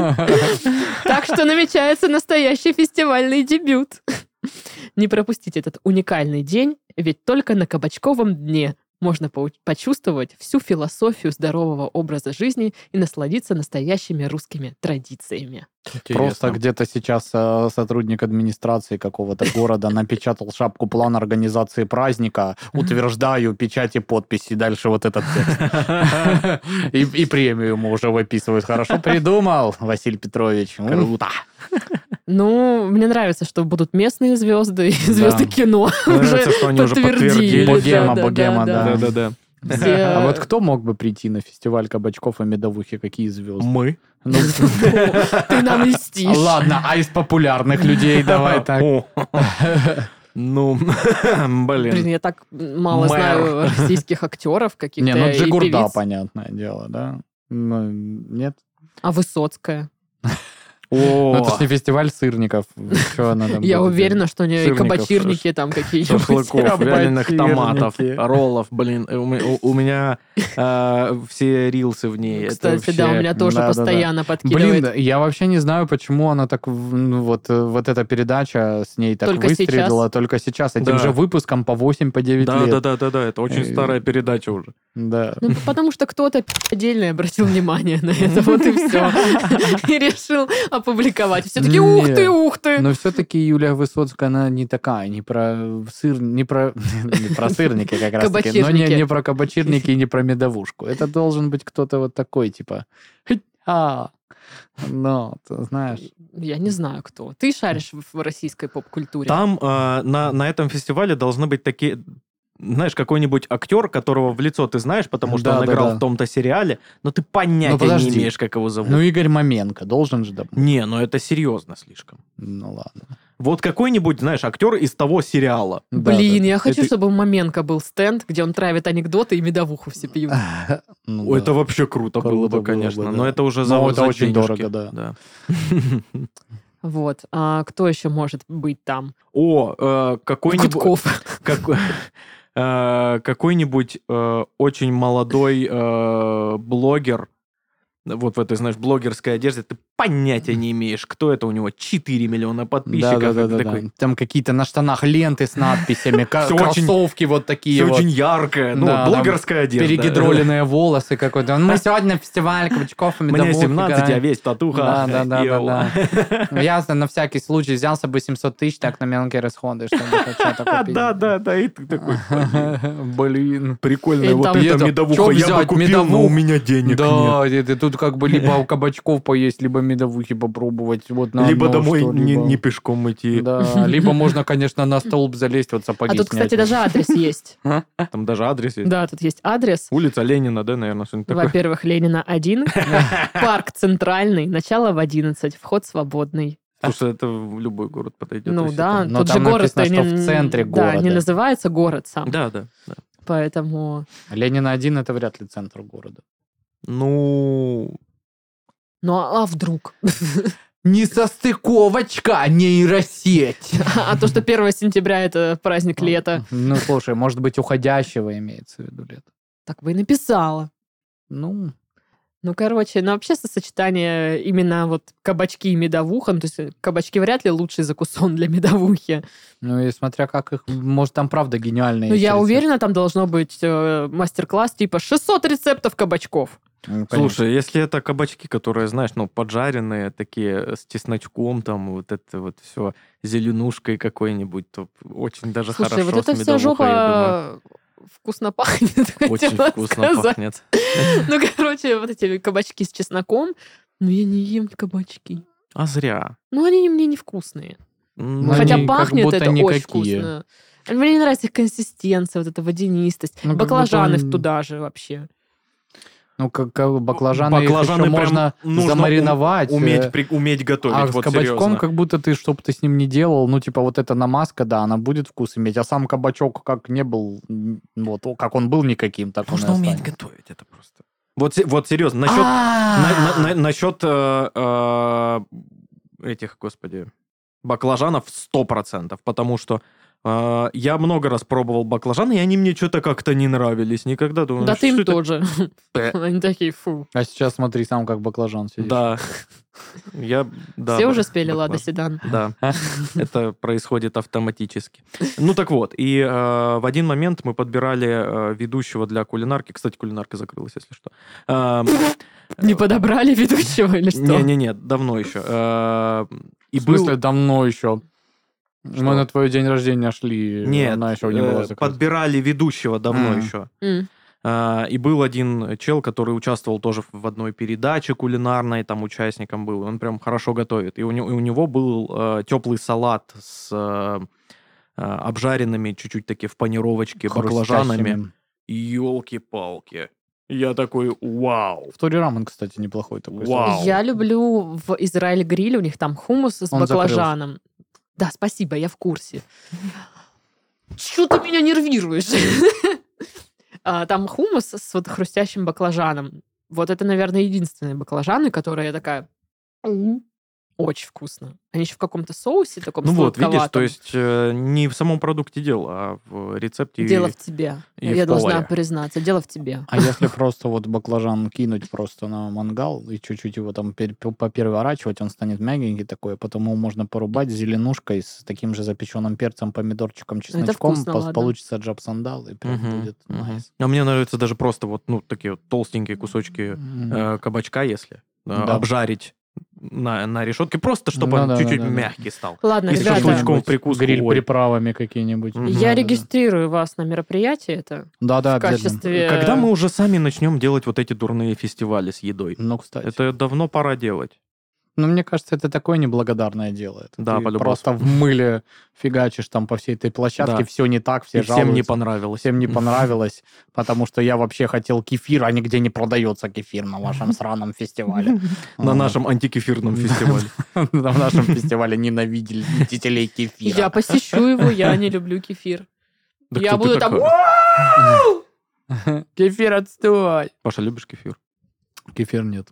Так что намечается настоящий фестивальный дебют. Не пропустите этот уникальный день, ведь только на кабачковом дне можно почувствовать всю философию здорового образа жизни и насладиться настоящими русскими традициями. Просто где-то сейчас сотрудник администрации какого-то города напечатал шапку план организации праздника, утверждаю, печать и подписи, дальше вот этот текст. И премию ему уже выписывают. Хорошо придумал, Василий Петрович. Круто. Ну, мне нравится, что будут местные звезды и звезды кино. Нравится, что они уже подтвердили. Богема, да. Да-да-да. А вот кто мог бы прийти на фестиваль кабачков и медовухи? Какие звезды? Мы. Ну, Ты нам льстишь. ладно, а из популярных людей давай так. Ну, Блин, блин. я так мало Мэр. знаю российских актеров каких-то. Не, ну и Джигурда, певиц. понятное дело, да? Ну, нет? А Высоцкая? Ну, это ж не фестиваль сырников. Что она там Я будет уверена, что не Сырников, кабачирники там какие-нибудь. Шашлыков, вяленых томатов, Кабачирники. роллов, блин. У меня все рилсы в ней. Это Кстати, да, у вообще- меня тоже Да-да-да. постоянно Блин, подкидывает. я вообще не знаю, почему она так... Ну, вот эта передача с ней так Только выстрелила только сейчас. Этим Да. же выпуском по 8, по 9 Да, лет. да, да, да, это очень старая передача уже. Да. Ну, потому что кто-то отдельно обратил внимание на это, вот и все. И решил опубликовать. Все таки ух Нет. ты, ух ты. Но все-таки Юлия Высоцкая, она не такая, не про не про сырники как раз таки, но Кабачирники. не про кабачирники и не про медовушку. Это должен быть кто-то вот такой, типа, ну, ты знаешь. Я не знаю, кто. Ты шаришь в российской поп-культуре. Там на этом фестивале должны быть такие... Знаешь, какой-нибудь актер, которого в лицо ты знаешь, потому что Да, он да, играл да. в том-то сериале, но ты понятия Ну, подожди. не имеешь, как его зовут. Ну, Игорь Маменко должен же, да? Не, ну это серьезно слишком. Ну, ладно. Вот какой-нибудь, знаешь, актер из того сериала. Да, Блин, да. я хочу, Это- чтобы у Маменко был стенд, где он травит анекдоты и медовуху все пьют. Ну, Ой, да. это вообще круто, было Круто бы, было конечно. бы, Но да. это уже Но за это очень денежки. дорого, да. Вот. А кто еще может быть там? О, какой-нибудь... Гудков. Какой-нибудь очень молодой блогер, вот в этой, знаешь, блогерской одежде, ты понятия не имеешь, кто это, у него 4 миллиона подписчиков. Да. Такой, Там какие-то на штанах ленты с надписями, Всё очень- кроссовки вот такие все вот. очень яркое, ну, Да, блогерская одежда. Перегидроленные волосы какой-то. Мы сегодня фестиваль кабачков и Мне медовух 17, играем. я весь в татухах. Да. Йоу. Я на всякий случай взял с собой 700 тысяч так на мелкие расходы, чтобы хоть что-то купить. Да, и ты такой, Блин. прикольно, И вот там это чё медовуха, я бы взять, купил, но медовух? у меня денег нет. Да, ты тут как бы либо кабачков поесть, либо медовухи попробовать. Вот на Либо одно домой что-либо. не пешком идти. Да, либо можно, конечно, на столб залезть, вот сапоги А тут, снять. кстати, даже адрес есть. Там даже адрес есть. Да, тут есть адрес. Улица Ленина, да, наверное, что-нибудь такое. Во-первых, Ленина 1, парк Центральный, начало в 11, вход свободный. Слушай, это в любой город подойдет. Ну если да, Но тут же там город-то написано, что в центре Да, не города. называется город сам. Да. Поэтому... Ленина 1 это вряд ли центр города. Ну, Ну, а вдруг? Несостыковочка, нейросеть. А то, что 1 сентября это праздник лета. Ну, слушай, может быть, уходящего имеется в виду лето. Так бы и написала. Ну, Ну, короче, ну вообще сочетание именно вот кабачки и медовуха, ну, то есть кабачки вряд ли лучший закусон для медовухи. ну и смотря как их... Может, там правда гениальные Но есть я рецепты. уверена, там должно быть мастер-класс типа 600 рецептов кабачков. Ну, конечно. слушай, если это кабачки, которые, знаешь, ну, поджаренные, такие, с чесночком, там, вот это вот все, зеленушкой какой-нибудь, то очень даже Слушай, хорошо вот с эта вся медовухой, я думаю. жопа вкусно пахнет, Очень хотела вкусно сказать. пахнет. Ну, короче, вот эти кабачки с чесноком, ну, я не ем кабачки. А зря. Ну, они мне невкусные. Ну, Хотя они как пахнет будто это очень никакие. вкусно. Мне не нравится их консистенция, вот эта водянистость. Ну, как Баклажаны будто он- туда же вообще. Ну, как баклажаны, их Баклажаны еще прям можно нужно замариновать. Уметь готовить, А с вот кабачком, серьезно. как будто ты, что бы ты с ним ни делал, ну, типа, вот эта намазка, да, она будет вкус иметь, а сам кабачок как не был, вот, как он был никаким, так Нужно он и уметь останется. готовить это просто. Вот серьезно, насчет этих, господи, баклажанов 100%, потому что я много раз пробовал баклажаны, и они мне что-то как-то не нравились никогда. Думаю, Да что ты им это? тоже. Бэ. Они такие, фу. А сейчас смотри, сам как баклажан сидит. Да. Все уже спели Лада Седан. Да, это происходит автоматически. Ну так вот, и в один момент мы подбирали ведущего для кулинарки. Кстати, кулинарка закрылась, если что. Не подобрали ведущего или что? Не-не-не, давно еще. И В смысле, был... давно еще. Что? Мы на твой день рождения шли, Нет, она еще не была закрыта. подбирали ведущего давно Мгм. еще. М. И был один чел, который участвовал тоже в одной передаче кулинарной, там участником был. Он прям хорошо готовит. И у него был теплый салат с обжаренными чуть-чуть таки в панировочке баклажанами. Хрустящими. Ёлки-палки. Я такой, вау. В Торе рамен, кстати, неплохой такой. Вау. соус. Я люблю в Израиль гриль, у них там хумус с Он баклажаном. Да, спасибо, я в курсе. Чё ты меня нервируешь? Там хумус с вот хрустящим баклажаном. Вот это, наверное, единственные баклажаны, которые я такая... Очень вкусно. Они еще в каком-то соусе таком Ну вот, видишь, то сладковатом. есть не в самом продукте дело, а в рецепте. Дело в тебе. и Я в должна поваре. признаться. Дело в тебе. А если просто вот баклажан кинуть просто на мангал и чуть-чуть его там попереворачивать, он станет мягенький такой, а потом его можно порубать зеленушкой с таким же запеченным перцем, помидорчиком, чесночком, вкусно, ладно. получится джапсандал, и прям Мгм, будет мгм. найс. А мне нравятся даже просто вот, ну, такие вот толстенькие кусочки кабачка, если Да. обжарить на решетке, просто чтобы Ну он да, чуть-чуть да, да. мягкий стал. Ладно, И с ребята, шашлычком в прикуску. Гриль Ой. приправами какие-нибудь. Мгм. я регистрирую вас на мероприятие это Да-да, в обязательно. качестве... Когда мы уже сами начнем делать вот эти дурные фестивали с едой? Ну, кстати. Это давно пора делать. Ну, мне кажется, это такое неблагодарное дело. Это Да, ты по-любому. просто в мыле фигачишь там по всей этой площадке, Да. все не так, все И всем не жалуются. понравилось. Всем не понравилось, потому что я вообще хотел кефир, а нигде не продается кефир на вашем сраном фестивале. На нашем антикефирном фестивале. На нашем фестивале ненавидителей кефира. Я посещу его, я не люблю кефир. Да Я кто ты буду там... такая? Кефир, отстой! Паша, любишь кефир? Кефир нет.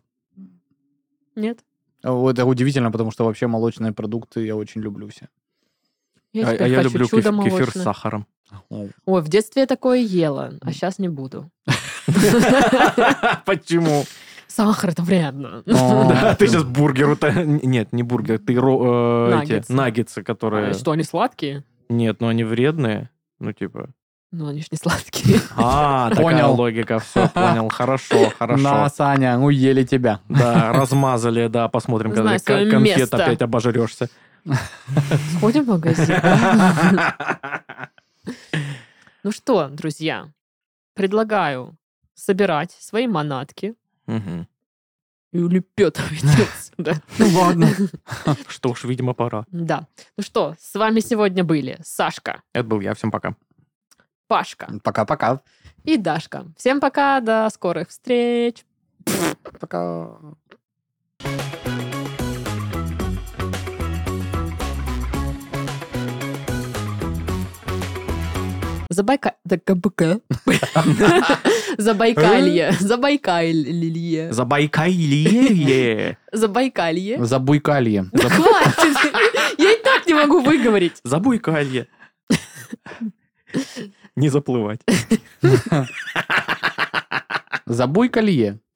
Нет. Это удивительно, потому что вообще молочные продукты я очень люблю все. Я А теперь я хочу люблю чудо кефир с молочное. сахаром. Ой, в детстве я такое ела, а сейчас не буду. Почему? сахар, это вредно. Да, ты сейчас бургеру-то... Нет, не бургер, ты эти Наггетсы. наггетсы, которые... Что, они сладкие? Нет, ну они вредные. Ну, типа... Ну, они ж не сладкие. А, такая Понял. логика, все, понял. Хорошо, хорошо. На, Саня, уели тебя. Да, размазали, да, посмотрим, когда Знаю ты своё конфет место. опять обожрешься. Сходим в магазин. Ну что, друзья, предлагаю собирать свои манатки Мгм. и улепетывать отсюда. Ну ладно. Что ж, видимо, пора. Да. Ну что, с вами сегодня были Сашка, Это был я, всем пока. Пашка Пока-пока. и Дашка. Всем пока, до скорых встреч. Пока. Забайкалье. Забайкалье. Забайкалье. Забайкалье. Забуйкалье. Хватит! Я и так не могу выговорить. Забуйкалье. Не заплывать. Забуйкалье.